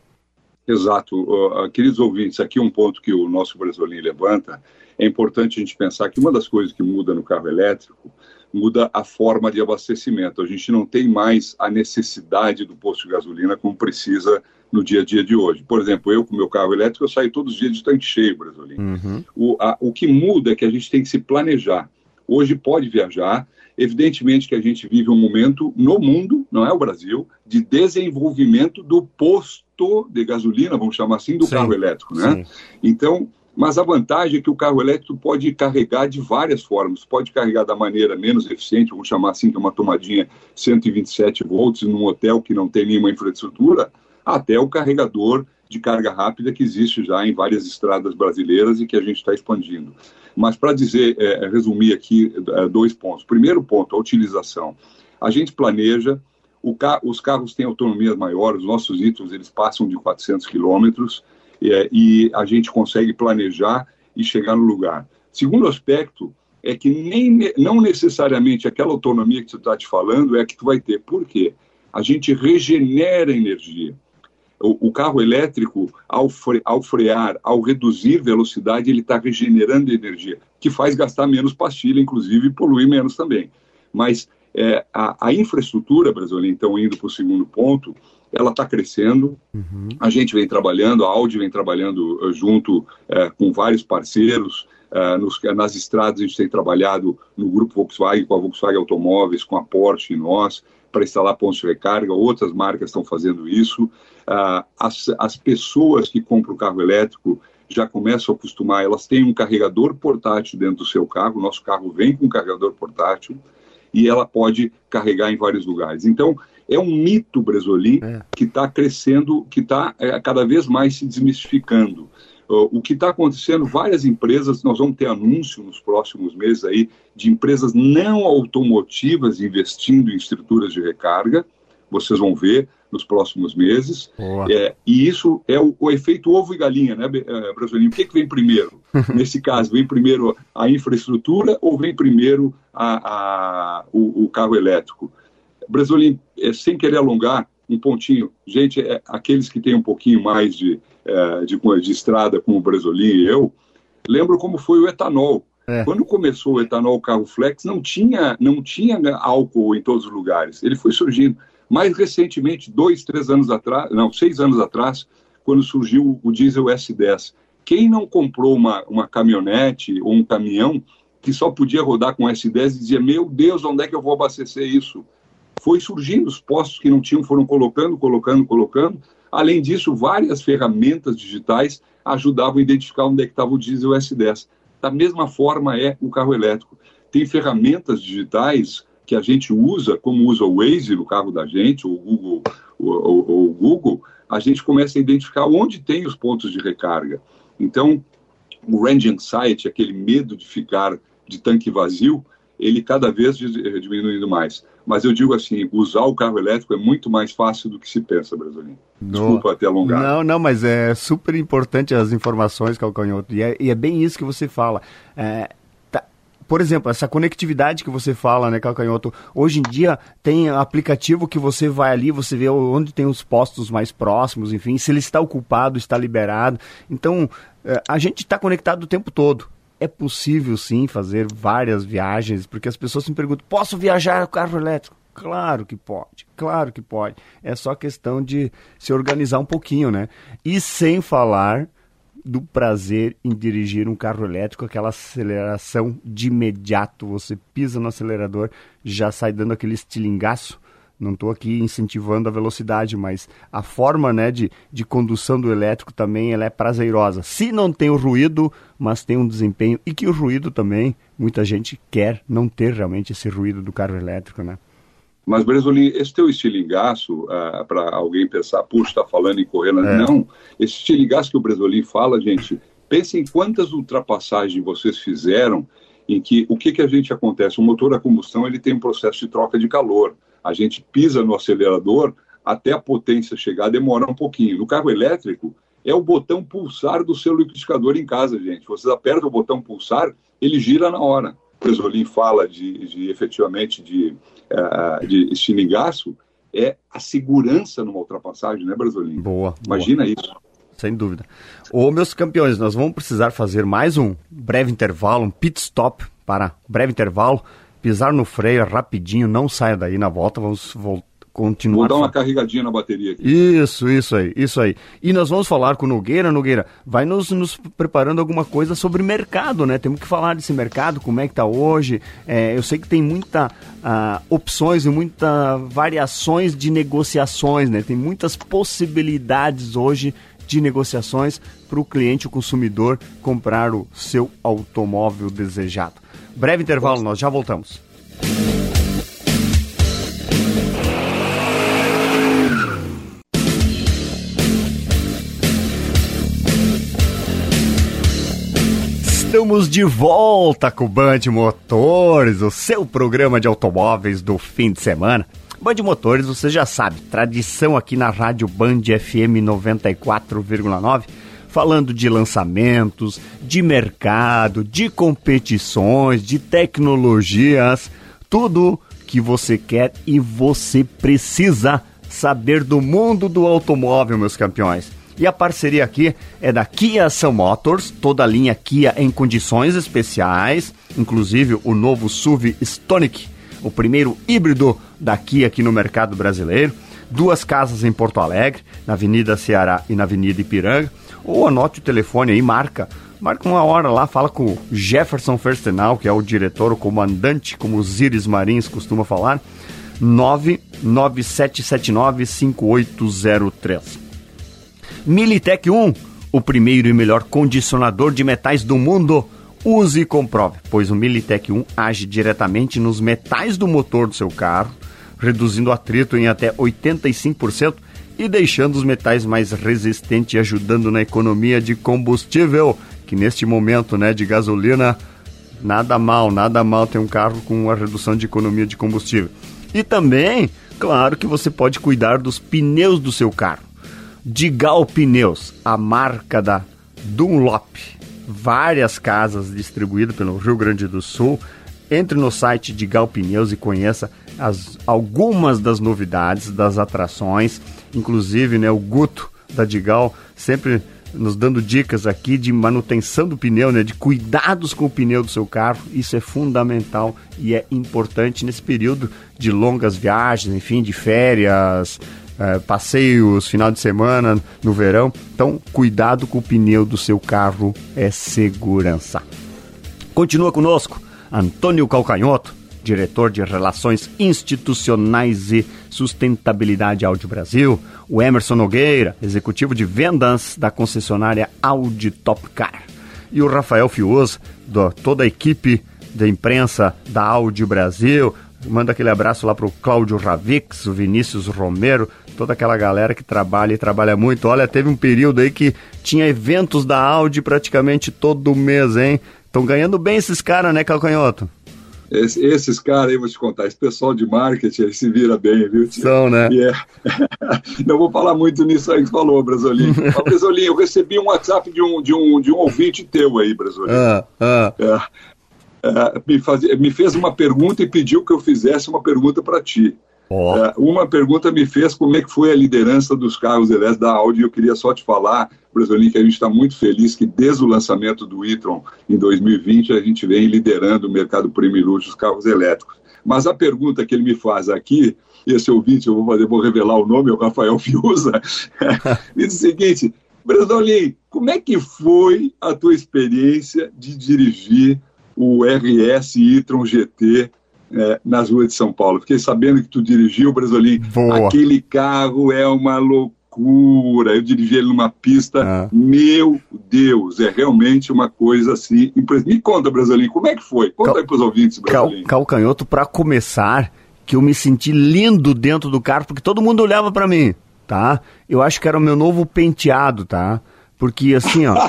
Exato. Uh, queridos ouvintes, aqui um ponto que o nosso Brasolim levanta, é importante a gente pensar que uma das coisas que muda no carro elétrico, muda a forma de abastecimento. A gente não tem mais a necessidade do posto de gasolina como precisa no dia a dia de hoje. Por exemplo, eu com meu carro elétrico, eu saio todos os dias de tanque cheio, Brasolim. Uhum. O, a, o que muda é que a gente tem que se planejar. Hoje pode viajar, evidentemente que a gente vive um momento no mundo, não é o Brasil, de desenvolvimento do posto de gasolina, vamos chamar assim, do Sim. carro elétrico, né? Sim. Então, mas a vantagem é que o carro elétrico pode carregar de várias formas. Pode carregar da maneira menos eficiente, vamos chamar assim, que é uma tomadinha cento e vinte e sete volts num hotel que não tem nenhuma infraestrutura, até o carregador de carga rápida que existe já em várias estradas brasileiras e que a gente está expandindo. Mas para dizer, é, resumir aqui é, dois pontos. Primeiro ponto, a utilização. A gente planeja, o ca- os carros têm autonomias maiores, os nossos itens eles passam de quatrocentos quilômetros, É, e a gente consegue planejar e chegar no lugar. Segundo aspecto é que nem, não necessariamente aquela autonomia que você está te falando é a que tu vai ter. Por quê? A gente regenera energia. O, o carro elétrico, ao, fre, ao frear, ao reduzir velocidade, ele está regenerando energia, que faz gastar menos pastilha, inclusive, e poluir menos também. Mas é, a, a infraestrutura brasileira, então, indo para o segundo ponto, ela está crescendo, uhum. A gente vem trabalhando, a Audi vem trabalhando uh, junto uh, com vários parceiros, uh, nos, nas estradas a gente tem trabalhado no grupo Volkswagen, com a Volkswagen Automóveis, com a Porsche e nós, para instalar pontos de recarga, outras marcas estão fazendo isso, uh, as, as pessoas que compram carro elétrico já começam a acostumar, elas têm um carregador portátil dentro do seu carro, o nosso carro vem com um carregador portátil, e ela pode carregar em vários lugares. Então, é um mito, Brasolim, é. que está crescendo, que está é, cada vez mais se desmistificando. Uh, o que está acontecendo, várias empresas, nós vamos ter anúncio nos próximos meses aí, de empresas não automotivas investindo em estruturas de recarga, vocês vão ver nos próximos meses, é, e isso é o, o efeito ovo e galinha, né, Brasolim? O que, que vem primeiro? Nesse caso, vem primeiro a infraestrutura ou vem primeiro a, a, o, o carro elétrico? Brasolim, é, sem querer alongar, um pontinho. Gente, é, aqueles que têm um pouquinho mais de, é, de, de estrada, como o Bresolim e eu, lembro como foi o etanol. É. Quando começou o etanol carro flex, não tinha, não tinha álcool em todos os lugares. Ele foi surgindo. Mais recentemente, dois, três anos atrás, não, seis anos atrás, quando surgiu o diesel S dez. Quem não comprou uma, uma caminhonete ou um caminhão que só podia rodar com S dez e dizia, meu Deus, onde é que eu vou abastecer isso? Foi surgindo, os postos que não tinham foram colocando, colocando, colocando. Além disso, várias ferramentas digitais ajudavam a identificar onde é que estava o diesel S dez. Da mesma forma é o carro elétrico. Tem ferramentas digitais que a gente usa, como usa o Waze no carro da gente, ou o Google, ou, ou, ou o Google, a gente começa a identificar onde tem os pontos de recarga. Então, o range anxiety, aquele medo de ficar de tanque vazio, ele cada vez diminuindo mais. Mas eu digo assim, usar o carro elétrico é muito mais fácil do que se pensa, Bresolim. Desculpa no... até alongar. Não, não, mas é super importante as informações, Calcanhoto, e é, e é bem isso que você fala. É, tá, por exemplo, essa conectividade que você fala, né, Calcanhoto, hoje em dia tem aplicativo que você vai ali, você vê onde tem os postos mais próximos, enfim, se ele está ocupado, está liberado. Então, é, a gente está conectado o tempo todo. É possível, sim, fazer várias viagens, porque as pessoas me perguntam, posso viajar com carro elétrico? Claro que pode, claro que pode. É só questão de se organizar um pouquinho, né? E sem falar do prazer em dirigir um carro elétrico, aquela aceleração de imediato, você pisa no acelerador, já sai dando aquele estilingaço. Não estou aqui incentivando a velocidade, mas a forma, né, de, de condução do elétrico também ela é prazerosa. Se não tem o ruído, mas tem um desempenho, e que o ruído também, muita gente quer não ter realmente esse ruído do carro elétrico, né? Mas, Bresolim, esse teu estilingaço, uh, para alguém pensar, puxa, está falando em correr, é. Não. Esse estilingaço que o Bresolim fala, gente, pense em quantas ultrapassagens vocês fizeram, em que o que, que a gente acontece? O motor a combustão ele tem um processo de troca de calor. A gente pisa no acelerador, até a potência chegar, demora um pouquinho. No carro elétrico, é o botão pulsar do seu liquidificador em casa, gente. Vocês apertam o botão pulsar, ele gira na hora. O Bresolim fala de, de efetivamente, de, uh, de estilingaço, é a segurança numa ultrapassagem, né, Bresolim? Boa. Imagina boa. isso. Sem dúvida. Ô, meus campeões, nós vamos precisar fazer mais um breve intervalo, um pit stop para breve intervalo. Pisar no freio rapidinho, não saia daí na volta, vamos vol- continuar. Vou dar uma carregadinha na bateria aqui. Isso, isso aí, isso aí. E nós vamos falar com o Nogueira. Nogueira, vai nos, nos preparando alguma coisa sobre mercado, né? Temos que falar desse mercado, como é que tá hoje. É, eu sei que tem muitas uh, opções e muitas variações de negociações, né? Tem muitas possibilidades hoje de negociações para o cliente, o consumidor, comprar o seu automóvel desejado. Breve intervalo, nós já voltamos. Estamos de volta com o Band Motores, o seu programa de automóveis do fim de semana. Band Motores, você já sabe, tradição aqui na Rádio Band F M noventa e quatro vírgula nove, falando de lançamentos, de mercado, de competições, de tecnologias, tudo que você quer e você precisa saber do mundo do automóvel, meus campeões. E a parceria aqui é da Kia Sun Motors, toda a linha Kia em condições especiais, inclusive o novo S U V Stonic, o primeiro híbrido da Kia aqui no mercado brasileiro, duas casas em Porto Alegre, na Avenida Ceará e na Avenida Ipiranga, ou anote o telefone aí, marca, marca uma hora lá, fala com o Jefferson Ferstenal, que é o diretor, o comandante, como os Íris Marins costuma falar, nove nove sete sete nove cinco oito zero três. Militec um, o primeiro e melhor condicionador de metais do mundo. Use e comprove, pois o Militec um age diretamente nos metais do motor do seu carro, reduzindo o atrito em até oitenta e cinco por cento e deixando os metais mais resistentes e ajudando na economia de combustível, que neste momento, né, de gasolina, nada mal, nada mal ter um carro com uma redução de economia de combustível. E também, claro que você pode cuidar dos pneus do seu carro. Digal Pneus, a marca da Dunlop, várias casas distribuídas pelo Rio Grande do Sul. Entre no site Digal Pneus e conheça as, algumas das novidades, das atrações, inclusive, né, o Guto da Digal sempre nos dando dicas aqui de manutenção do pneu, né, de cuidados com o pneu do seu carro. Isso é fundamental e é importante nesse período de longas viagens, enfim, de férias, é, passeios, final de semana, no verão. Então, cuidado com o pneu do seu carro é segurança. Continua conosco Antônio Calcanhoto, diretor de Relações Institucionais e Sustentabilidade Audi Brasil, o Emerson Nogueira, executivo de vendas da concessionária Audi Top Car, e o Rafael Fiuza, toda a equipe da imprensa da Audi Brasil. Manda aquele abraço lá para o Cláudio Ravix, o Vinícius Romero, toda aquela galera que trabalha e trabalha muito. Olha, teve um período aí que tinha eventos da Audi praticamente todo mês, hein? Estão ganhando bem esses caras, né, Calcanhoto? Esse, esses caras aí, vou te contar, esse pessoal de marketing, ele se vira bem, viu, tio? São, né? Yeah. Não vou falar muito nisso aí que falou, Brasolim. Mas, Brasolim, eu recebi um WhatsApp de um, de um, de um ouvinte teu aí, Brasolim. Ah, ah. É, é, me, faz, me fez uma pergunta e pediu que eu fizesse uma pergunta para ti. Oh. É, uma pergunta me fez como é que foi a liderança dos carros elétricos da Audi. Eu queria só te falar, Brasolim, que a gente está muito feliz que desde o lançamento do e-tron em dois mil e vinte a gente vem liderando o mercado premium e luxo dos carros elétricos. Mas a pergunta que ele me faz aqui, esse ouvinte, eu vou, fazer, vou revelar o nome, é o Rafael Fiuza, me diz o seguinte: Brasolim, como é que foi a tua experiência de dirigir o R S e-tron G T É, nas ruas de São Paulo? Fiquei sabendo que tu dirigiu, Brasolim. Boa. Aquele carro é uma loucura. Eu dirigi ele numa pista, ah. Meu Deus, é realmente uma coisa assim impressionante. Me conta, Brasolim, como é que foi? Conta Cal... aí pros ouvintes, Brasolim. Cal... Calcanhoto, para começar, que eu me senti lindo dentro do carro, porque todo mundo olhava para mim, tá? Eu acho que era o meu novo penteado, tá? Porque assim, ó...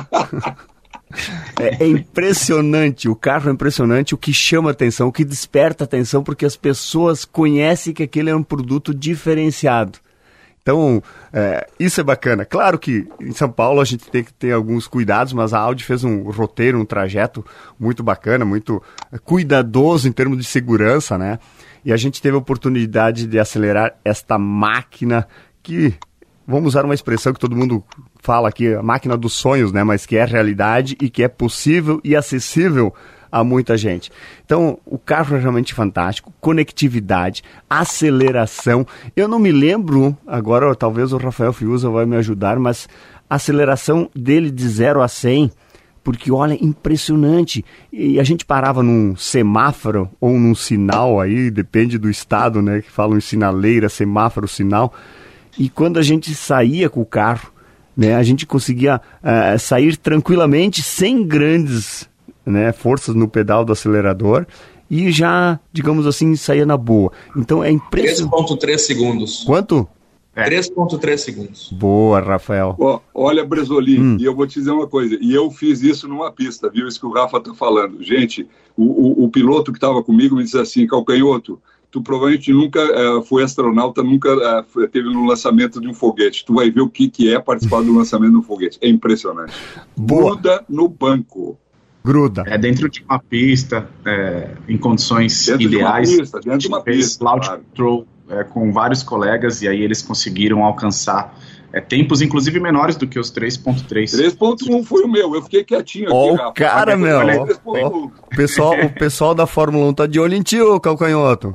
É, é impressionante, o carro é impressionante, o que chama atenção, o que desperta atenção, porque as pessoas conhecem que aquele é um produto diferenciado. Então, é, isso é bacana. Claro que em São Paulo a gente tem que ter alguns cuidados, mas a Audi fez um roteiro, um trajeto muito bacana, muito cuidadoso em termos de segurança, né? E a gente teve a oportunidade de acelerar esta máquina que... Vamos usar uma expressão que todo mundo fala aqui, a máquina dos sonhos, né? Mas que é realidade e que é possível e acessível a muita gente. Então, o carro é realmente fantástico, conectividade, aceleração. Eu não me lembro, agora talvez o Rafael Fiuza vai me ajudar, mas a aceleração dele de zero a cem, porque olha, impressionante. E a gente parava num semáforo ou num sinal aí, depende do estado, né? Que falam em sinaleira, semáforo, sinal. E quando a gente saía com o carro, né, a gente conseguia uh, sair tranquilamente, sem grandes, né, forças no pedal do acelerador, e já, digamos assim, saía na boa. Então é impressionante. três ponto três segundos. Quanto? É. três ponto três segundos. Boa, Rafael. Oh, olha, Brasolim, hum. e eu vou te dizer uma coisa, e eu fiz isso numa pista, viu? Isso que o Rafa está falando. Gente, o, o, o piloto que estava comigo me disse assim: Calcanhoto, tu provavelmente nunca uh, foi astronauta, nunca uh, teve no lançamento de um foguete. Tu vai ver o que, que é participar do lançamento de um foguete. É impressionante. Boa. Gruda no banco. Gruda. É dentro de uma pista, é, em condições dentro ideais. De uma pista, dentro de uma pista. Cloud Control é, com vários colegas, e aí eles conseguiram alcançar é, tempos inclusive menores do que os três ponto três. três ponto um foi o meu, eu fiquei quietinho aqui. Ó, o cara, meu. Ó, o, pessoal, o pessoal da Fórmula um tá de olho em ti, ô Calcanhoto.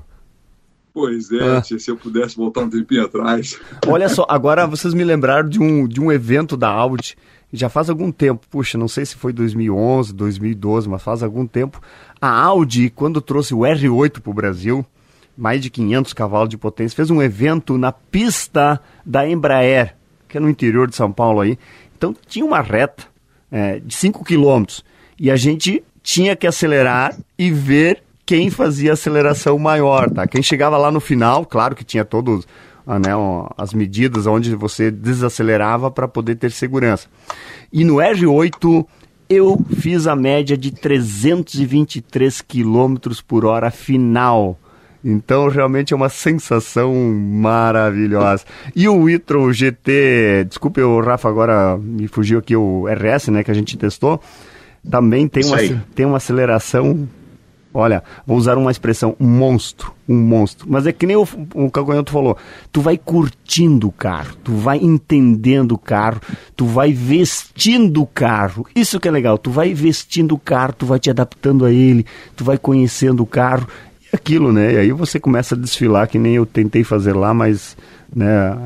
Pois é, ah. tia, se eu pudesse voltar um tempinho atrás. Olha só, agora vocês me lembraram de um, de um evento da Audi, já faz algum tempo, puxa, não sei se foi dois mil e onze, dois mil e doze, mas faz algum tempo. A Audi, quando trouxe o R oito para o Brasil, mais de quinhentos cavalos de potência, fez um evento na pista da Embraer, que é no interior de São Paulo aí. Então tinha uma reta é, de cinco quilômetros, e a gente tinha que acelerar e ver quem fazia aceleração maior, tá? Quem chegava lá no final, claro que tinha todos, ah, né, as medidas onde você desacelerava para poder ter segurança. E no R oito eu fiz a média de trezentos e vinte e três quilômetros por hora final. Então realmente é uma sensação maravilhosa. E o e-tron G T, desculpe o Rafa, agora me fugiu aqui o R S, né, que a gente testou, também tem, uma, tem uma aceleração... olha, vou usar uma expressão, um monstro, um monstro. Mas é que nem o, o Calcanhoto falou, tu vai curtindo o carro, tu vai entendendo o carro, tu vai vestindo o carro. Isso que é legal, tu vai vestindo o carro, tu vai te adaptando a ele, tu vai conhecendo o carro. E aquilo, né? E aí você começa a desfilar, que nem eu tentei fazer lá, mas, né,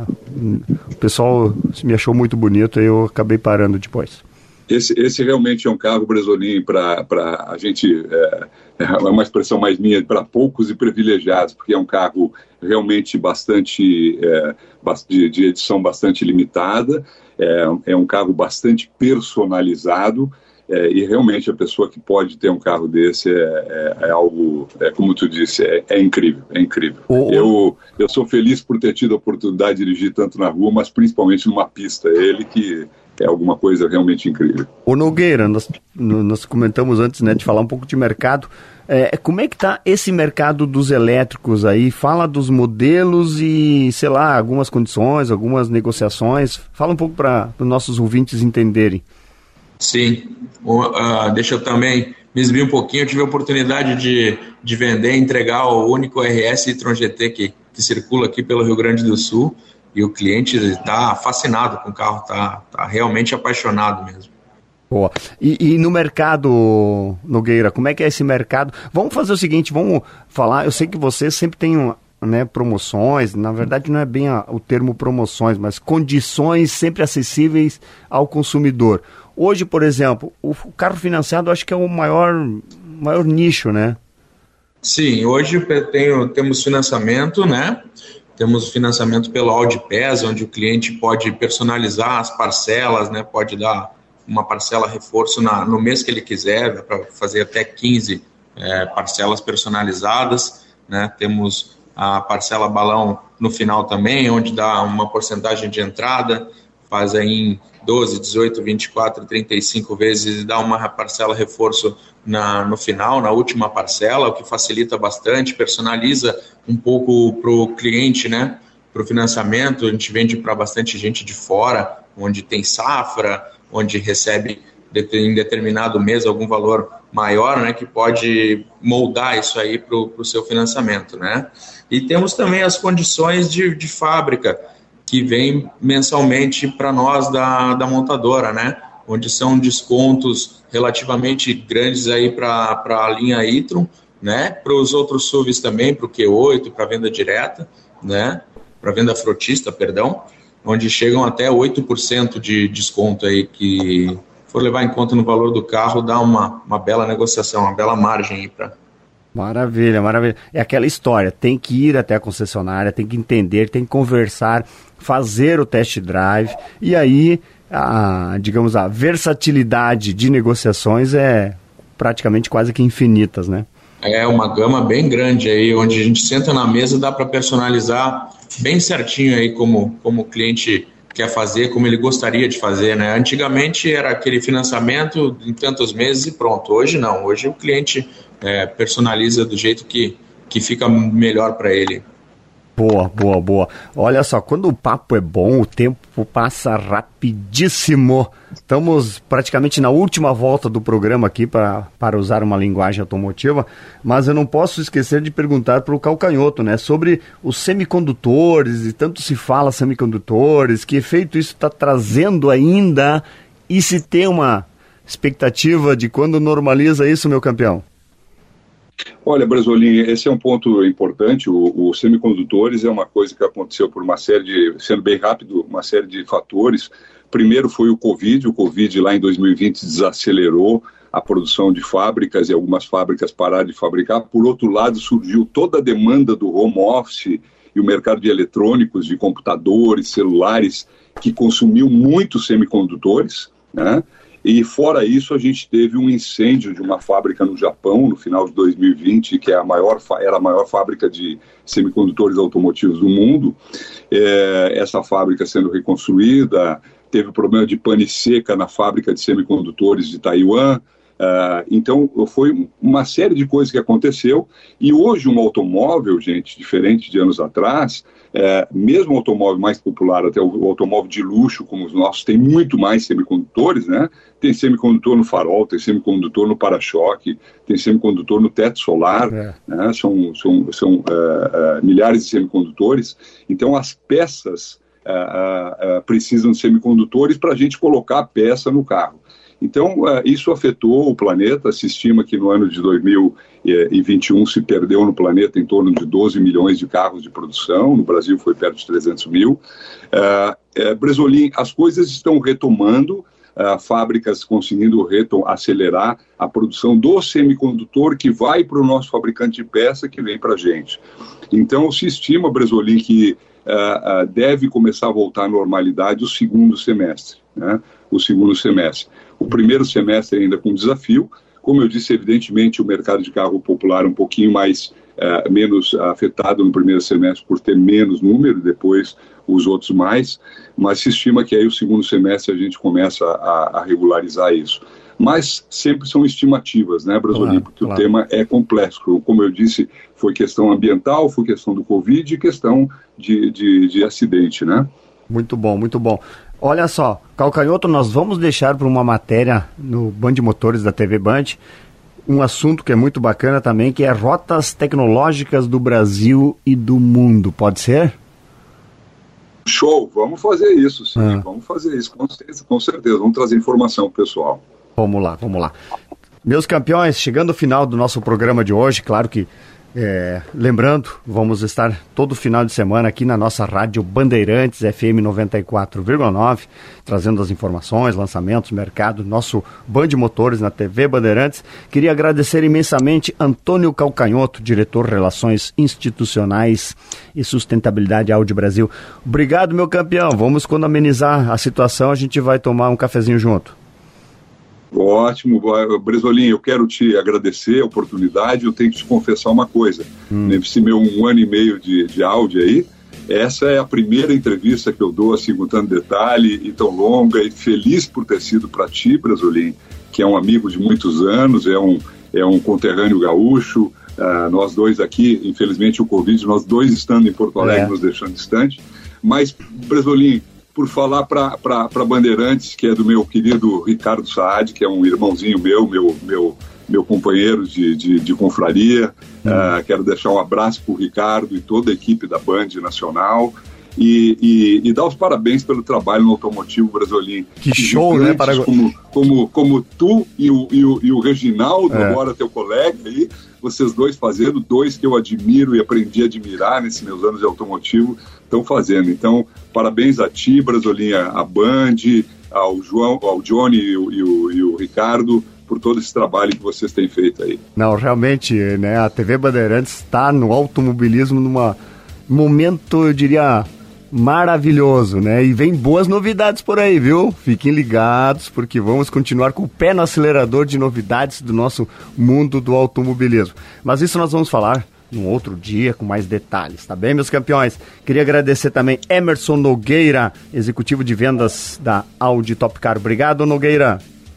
o pessoal me achou muito bonito e eu acabei parando depois. Esse, esse realmente é um carro, Bresolim, para a gente, é, é uma expressão mais minha, para poucos e privilegiados, porque é um carro realmente bastante, é, de, de edição bastante limitada, é, é um carro bastante personalizado, é, e realmente a pessoa que pode ter um carro desse é, é, é algo, é, como tu disse, é, é incrível, é incrível. Oh. Eu, eu sou feliz por ter tido a oportunidade de dirigir tanto na rua, mas principalmente numa pista, ele que... é alguma coisa realmente incrível. Ô Nogueira, nós, nós comentamos antes, né, de falar um pouco de mercado. É, como é que está esse mercado dos elétricos aí? Fala dos modelos e, sei lá, algumas condições, algumas negociações. Fala um pouco para os nossos ouvintes entenderem. Sim, uh, deixa eu também me exibir um pouquinho. Eu tive a oportunidade de, de vender e entregar o único R S e-tron G T que, que circula aqui pelo Rio Grande do Sul. E o cliente está fascinado com o carro, está tá realmente apaixonado mesmo. Boa. E, e no mercado, Nogueira, como é que é esse mercado? Vamos fazer o seguinte, vamos falar, eu sei que vocês sempre têm, né, promoções, na verdade não é bem a, o termo promoções, mas condições sempre acessíveis ao consumidor. Hoje, por exemplo, o, o carro financiado acho que é o maior, maior nicho, né? Sim, hoje tenho, temos financiamento, né? Temos o financiamento pelo Audi Pass, onde o cliente pode personalizar as parcelas, né? Pode dar uma parcela reforço na, no mês que ele quiser, dá para fazer até quinze é, parcelas personalizadas, né? Temos a parcela balão no final também, onde dá uma porcentagem de entrada, faz aí em doze, dezoito, vinte e quatro, trinta e cinco vezes e dá uma parcela reforço na, no final, na última parcela, o que facilita bastante, personaliza um pouco para o cliente, né? Para o financiamento. A gente vende para bastante gente de fora, onde tem safra, onde recebe em determinado mês algum valor maior, né? Que pode moldar isso aí para o seu financiamento, né? E temos também as condições de, de fábrica, que vem mensalmente para nós da, da montadora, né? Onde são descontos relativamente grandes aí para a linha e-tron, né? Para os outros S U Vs também, para o Q oito, para venda direta, né? Para venda frotista, perdão, onde chegam até oito por cento de desconto aí, que for levar em conta no valor do carro, dá uma, uma bela negociação, uma bela margem aí para... Maravilha, maravilha. É aquela história, tem que ir até a concessionária, tem que entender, tem que conversar, fazer o test drive, e aí, a, digamos, a versatilidade de negociações é praticamente quase que infinitas, né? É uma gama bem grande aí, onde a gente senta na mesa, dá para personalizar bem certinho aí como, como o cliente quer fazer, como ele gostaria de fazer, né? Antigamente era aquele financiamento em tantos meses e pronto. Hoje não, hoje o cliente é, personaliza do jeito que, que fica melhor para ele. Boa, boa, boa. Olha só, quando o papo é bom, o tempo passa rapidíssimo. Estamos praticamente na última volta do programa aqui pra, para usar uma linguagem automotiva, mas eu não posso esquecer de perguntar para o Calcanhoto, né, sobre os semicondutores, e tanto se fala semicondutores, que efeito isso está trazendo ainda, e se tem uma expectativa de quando normaliza isso, meu campeão? Olha, Bresolim, esse é um ponto importante. O, o semicondutores é uma coisa que aconteceu por uma série de, sendo bem rápido, uma série de fatores. Primeiro foi o Covid, o Covid lá em dois mil e vinte desacelerou a produção de fábricas e algumas fábricas pararam de fabricar. Por outro lado, surgiu toda a demanda do home office e o mercado de eletrônicos, de computadores, celulares, que consumiu muitos semicondutores, né? E fora isso, a gente teve um incêndio de uma fábrica no Japão, no final de dois mil e vinte, que é a maior, era a maior fábrica de semicondutores automotivos do mundo. É, essa fábrica sendo reconstruída, teve o problema de pane seca na fábrica de semicondutores de Taiwan. Uh, então, foi uma série de coisas que aconteceu. E hoje um automóvel, gente, diferente de anos atrás, É, mesmo o automóvel mais popular, até o, o automóvel de luxo como os nossos, tem muito mais semicondutores, né? Tem semicondutor no farol, tem semicondutor no para-choque, tem semicondutor no teto solar, é. né? São, são, são uh, uh, milhares de semicondutores. Então, as peças uh, uh, uh, precisam de semicondutores para a gente colocar a peça no carro. Então, uh, isso afetou o planeta. Se estima que no ano de dois mil e vinte e um se perdeu no planeta em torno de doze milhões de carros de produção. No Brasil foi perto de trezentos mil. Uh, uh, Bresolim, as coisas estão retomando, uh, fábricas conseguindo retom- acelerar a produção do semicondutor que vai para o nosso fabricante de peça que vem para a gente. Então, se estima, Bresolim, que uh, uh, deve começar a voltar à normalidade o segundo semestre, né? O segundo semestre. O primeiro semestre ainda com desafio. Como eu disse, evidentemente, o mercado de carro popular é um pouquinho mais, uh, menos afetado no primeiro semestre por ter menos número, depois os outros mais, mas se estima que aí o segundo semestre a gente começa a, a regularizar isso. Mas sempre são estimativas, né, Bresolim? Claro, porque claro. O tema é complexo. Como eu disse, foi questão ambiental, foi questão do Covid e questão de, de, de acidente, né? Muito bom, muito bom. Olha só, Calcanhoto, nós vamos deixar para uma matéria no Band Motores da T V Band, um assunto que é muito bacana também, que é rotas tecnológicas do Brasil e do mundo. Pode ser? Show, vamos fazer isso, sim, ah. vamos fazer isso, com certeza, com certeza, vamos trazer informação pro pessoal. Vamos lá, vamos lá. Meus campeões, chegando ao final do nosso programa de hoje, claro que É, lembrando, vamos estar todo final de semana aqui na nossa rádio Bandeirantes F M noventa e quatro vírgula nove, trazendo as informações, lançamentos, mercado, nosso Band Motores na T V Bandeirantes. Queria agradecer imensamente Antônio Calcanhoto, diretor de Relações Institucionais e Sustentabilidade Audi Brasil. Obrigado, meu campeão. Vamos, quando amenizar a situação, a gente vai tomar um cafezinho junto. Ótimo, Bresolim, eu quero te agradecer a oportunidade. Eu tenho que te confessar uma coisa, hum. nesse meu um ano e meio de, de áudio aí, essa é a primeira entrevista que eu dou assim com tanto detalhe e tão longa, e feliz por ter sido para ti, Bresolim, que é um amigo de muitos anos, é um, é um conterrâneo gaúcho. Uh, nós dois aqui, infelizmente o Covid, nós dois estando em Porto Alegre, é. nos deixando distante, mas, Bresolim, por falar para Bandeirantes, que é do meu querido Ricardo Saad, que é um irmãozinho meu, meu, meu, meu companheiro de, de, de confraria. Hum. Uh, quero deixar um abraço para o Ricardo e toda a equipe da Band Nacional e, e, e dar os parabéns pelo trabalho no automotivo Bresolim. Que show, né? Para... Como, como, como tu e o, e o, e o Reginaldo, é. agora teu colega aí, vocês dois fazendo, dois que eu admiro e aprendi a admirar nesses meus anos de automotivo, estão fazendo. Então, parabéns a ti, Bresolim, a Band, ao João, ao Johnny e o, e, o, e o Ricardo, por todo esse trabalho que vocês têm feito aí. Não, realmente, né, a T V Bandeirantes está no automobilismo num momento, eu diria, maravilhoso, né? E vem boas novidades por aí, viu? Fiquem ligados, porque vamos continuar com o pé no acelerador de novidades do nosso mundo do automobilismo. Mas isso nós vamos falar num outro dia, com mais detalhes, tá bem, meus campeões? Queria agradecer também Emerson Nogueira, executivo de vendas da Audi Top Car. Obrigado, Nogueira.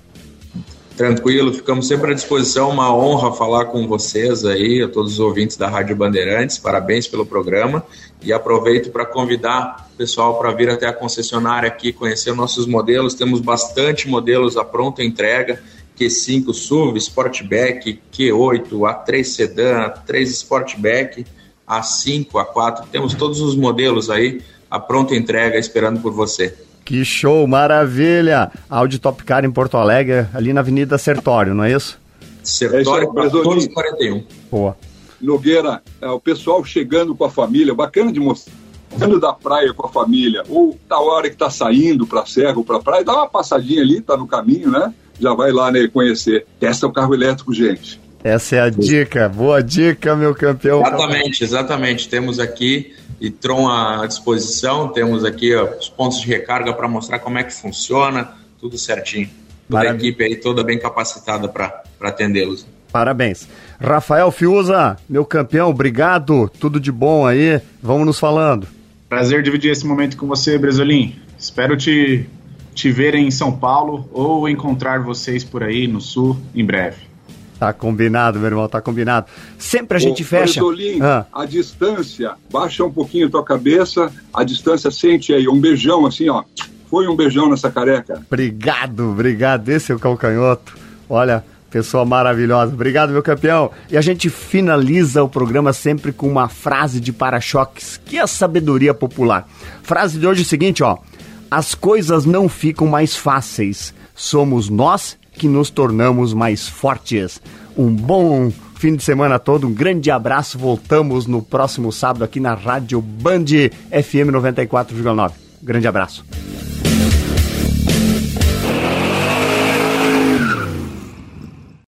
Tranquilo, ficamos sempre à disposição, uma honra falar com vocês aí, a todos os ouvintes da Rádio Bandeirantes, parabéns pelo programa, e aproveito para convidar o pessoal para vir até a concessionária aqui, conhecer nossos modelos. Temos bastante modelos à pronta entrega, Q cinco S U V, Sportback, Q oito, A três Sedan, A três Sportback, A cinco, A quatro, temos todos os modelos aí à pronta entrega esperando por você. Que show, maravilha! Audi Top Car em Porto Alegre, ali na Avenida Sertório, não é isso? Sertório, é quatorze quarenta e um. Boa. Nogueira, é, o pessoal chegando com a família, bacana de mostrar, saindo da praia com a família, ou da hora que está saindo para a serra ou para a praia, dá uma passadinha ali, está no caminho, né? Já vai lá, né, conhecer. Testa o carro elétrico, gente. Essa é a dica, boa dica, meu campeão. Exatamente, exatamente. Temos aqui e-tron à disposição, temos aqui ó, os pontos de recarga para mostrar como é que funciona, tudo certinho. Toda Parabéns. A equipe aí toda bem capacitada para atendê-los. Parabéns. Rafael Fiuza, meu campeão, obrigado, tudo de bom aí, vamos nos falando. Prazer dividir esse momento com você, Bresolim. Espero te, te ver em São Paulo ou encontrar vocês por aí no Sul em breve. Tá combinado, meu irmão, tá combinado. Sempre a gente Ô, fecha... Bresolim, ah. a distância, baixa um pouquinho a tua cabeça, a distância, sente aí, um beijão assim, ó. Foi um beijão nessa careca. Obrigado, obrigado. Esse é o Calcanhoto. Olha, pessoa maravilhosa. Obrigado, meu campeão. E a gente finaliza o programa sempre com uma frase de para-choques, que é a sabedoria popular. Frase de hoje é o seguinte, ó. As coisas não ficam mais fáceis. Somos nós que nos tornamos mais fortes. Um bom fim de semana todo, um grande abraço. Voltamos no próximo sábado aqui na Rádio Band F M noventa e quatro vírgula nove. Grande abraço.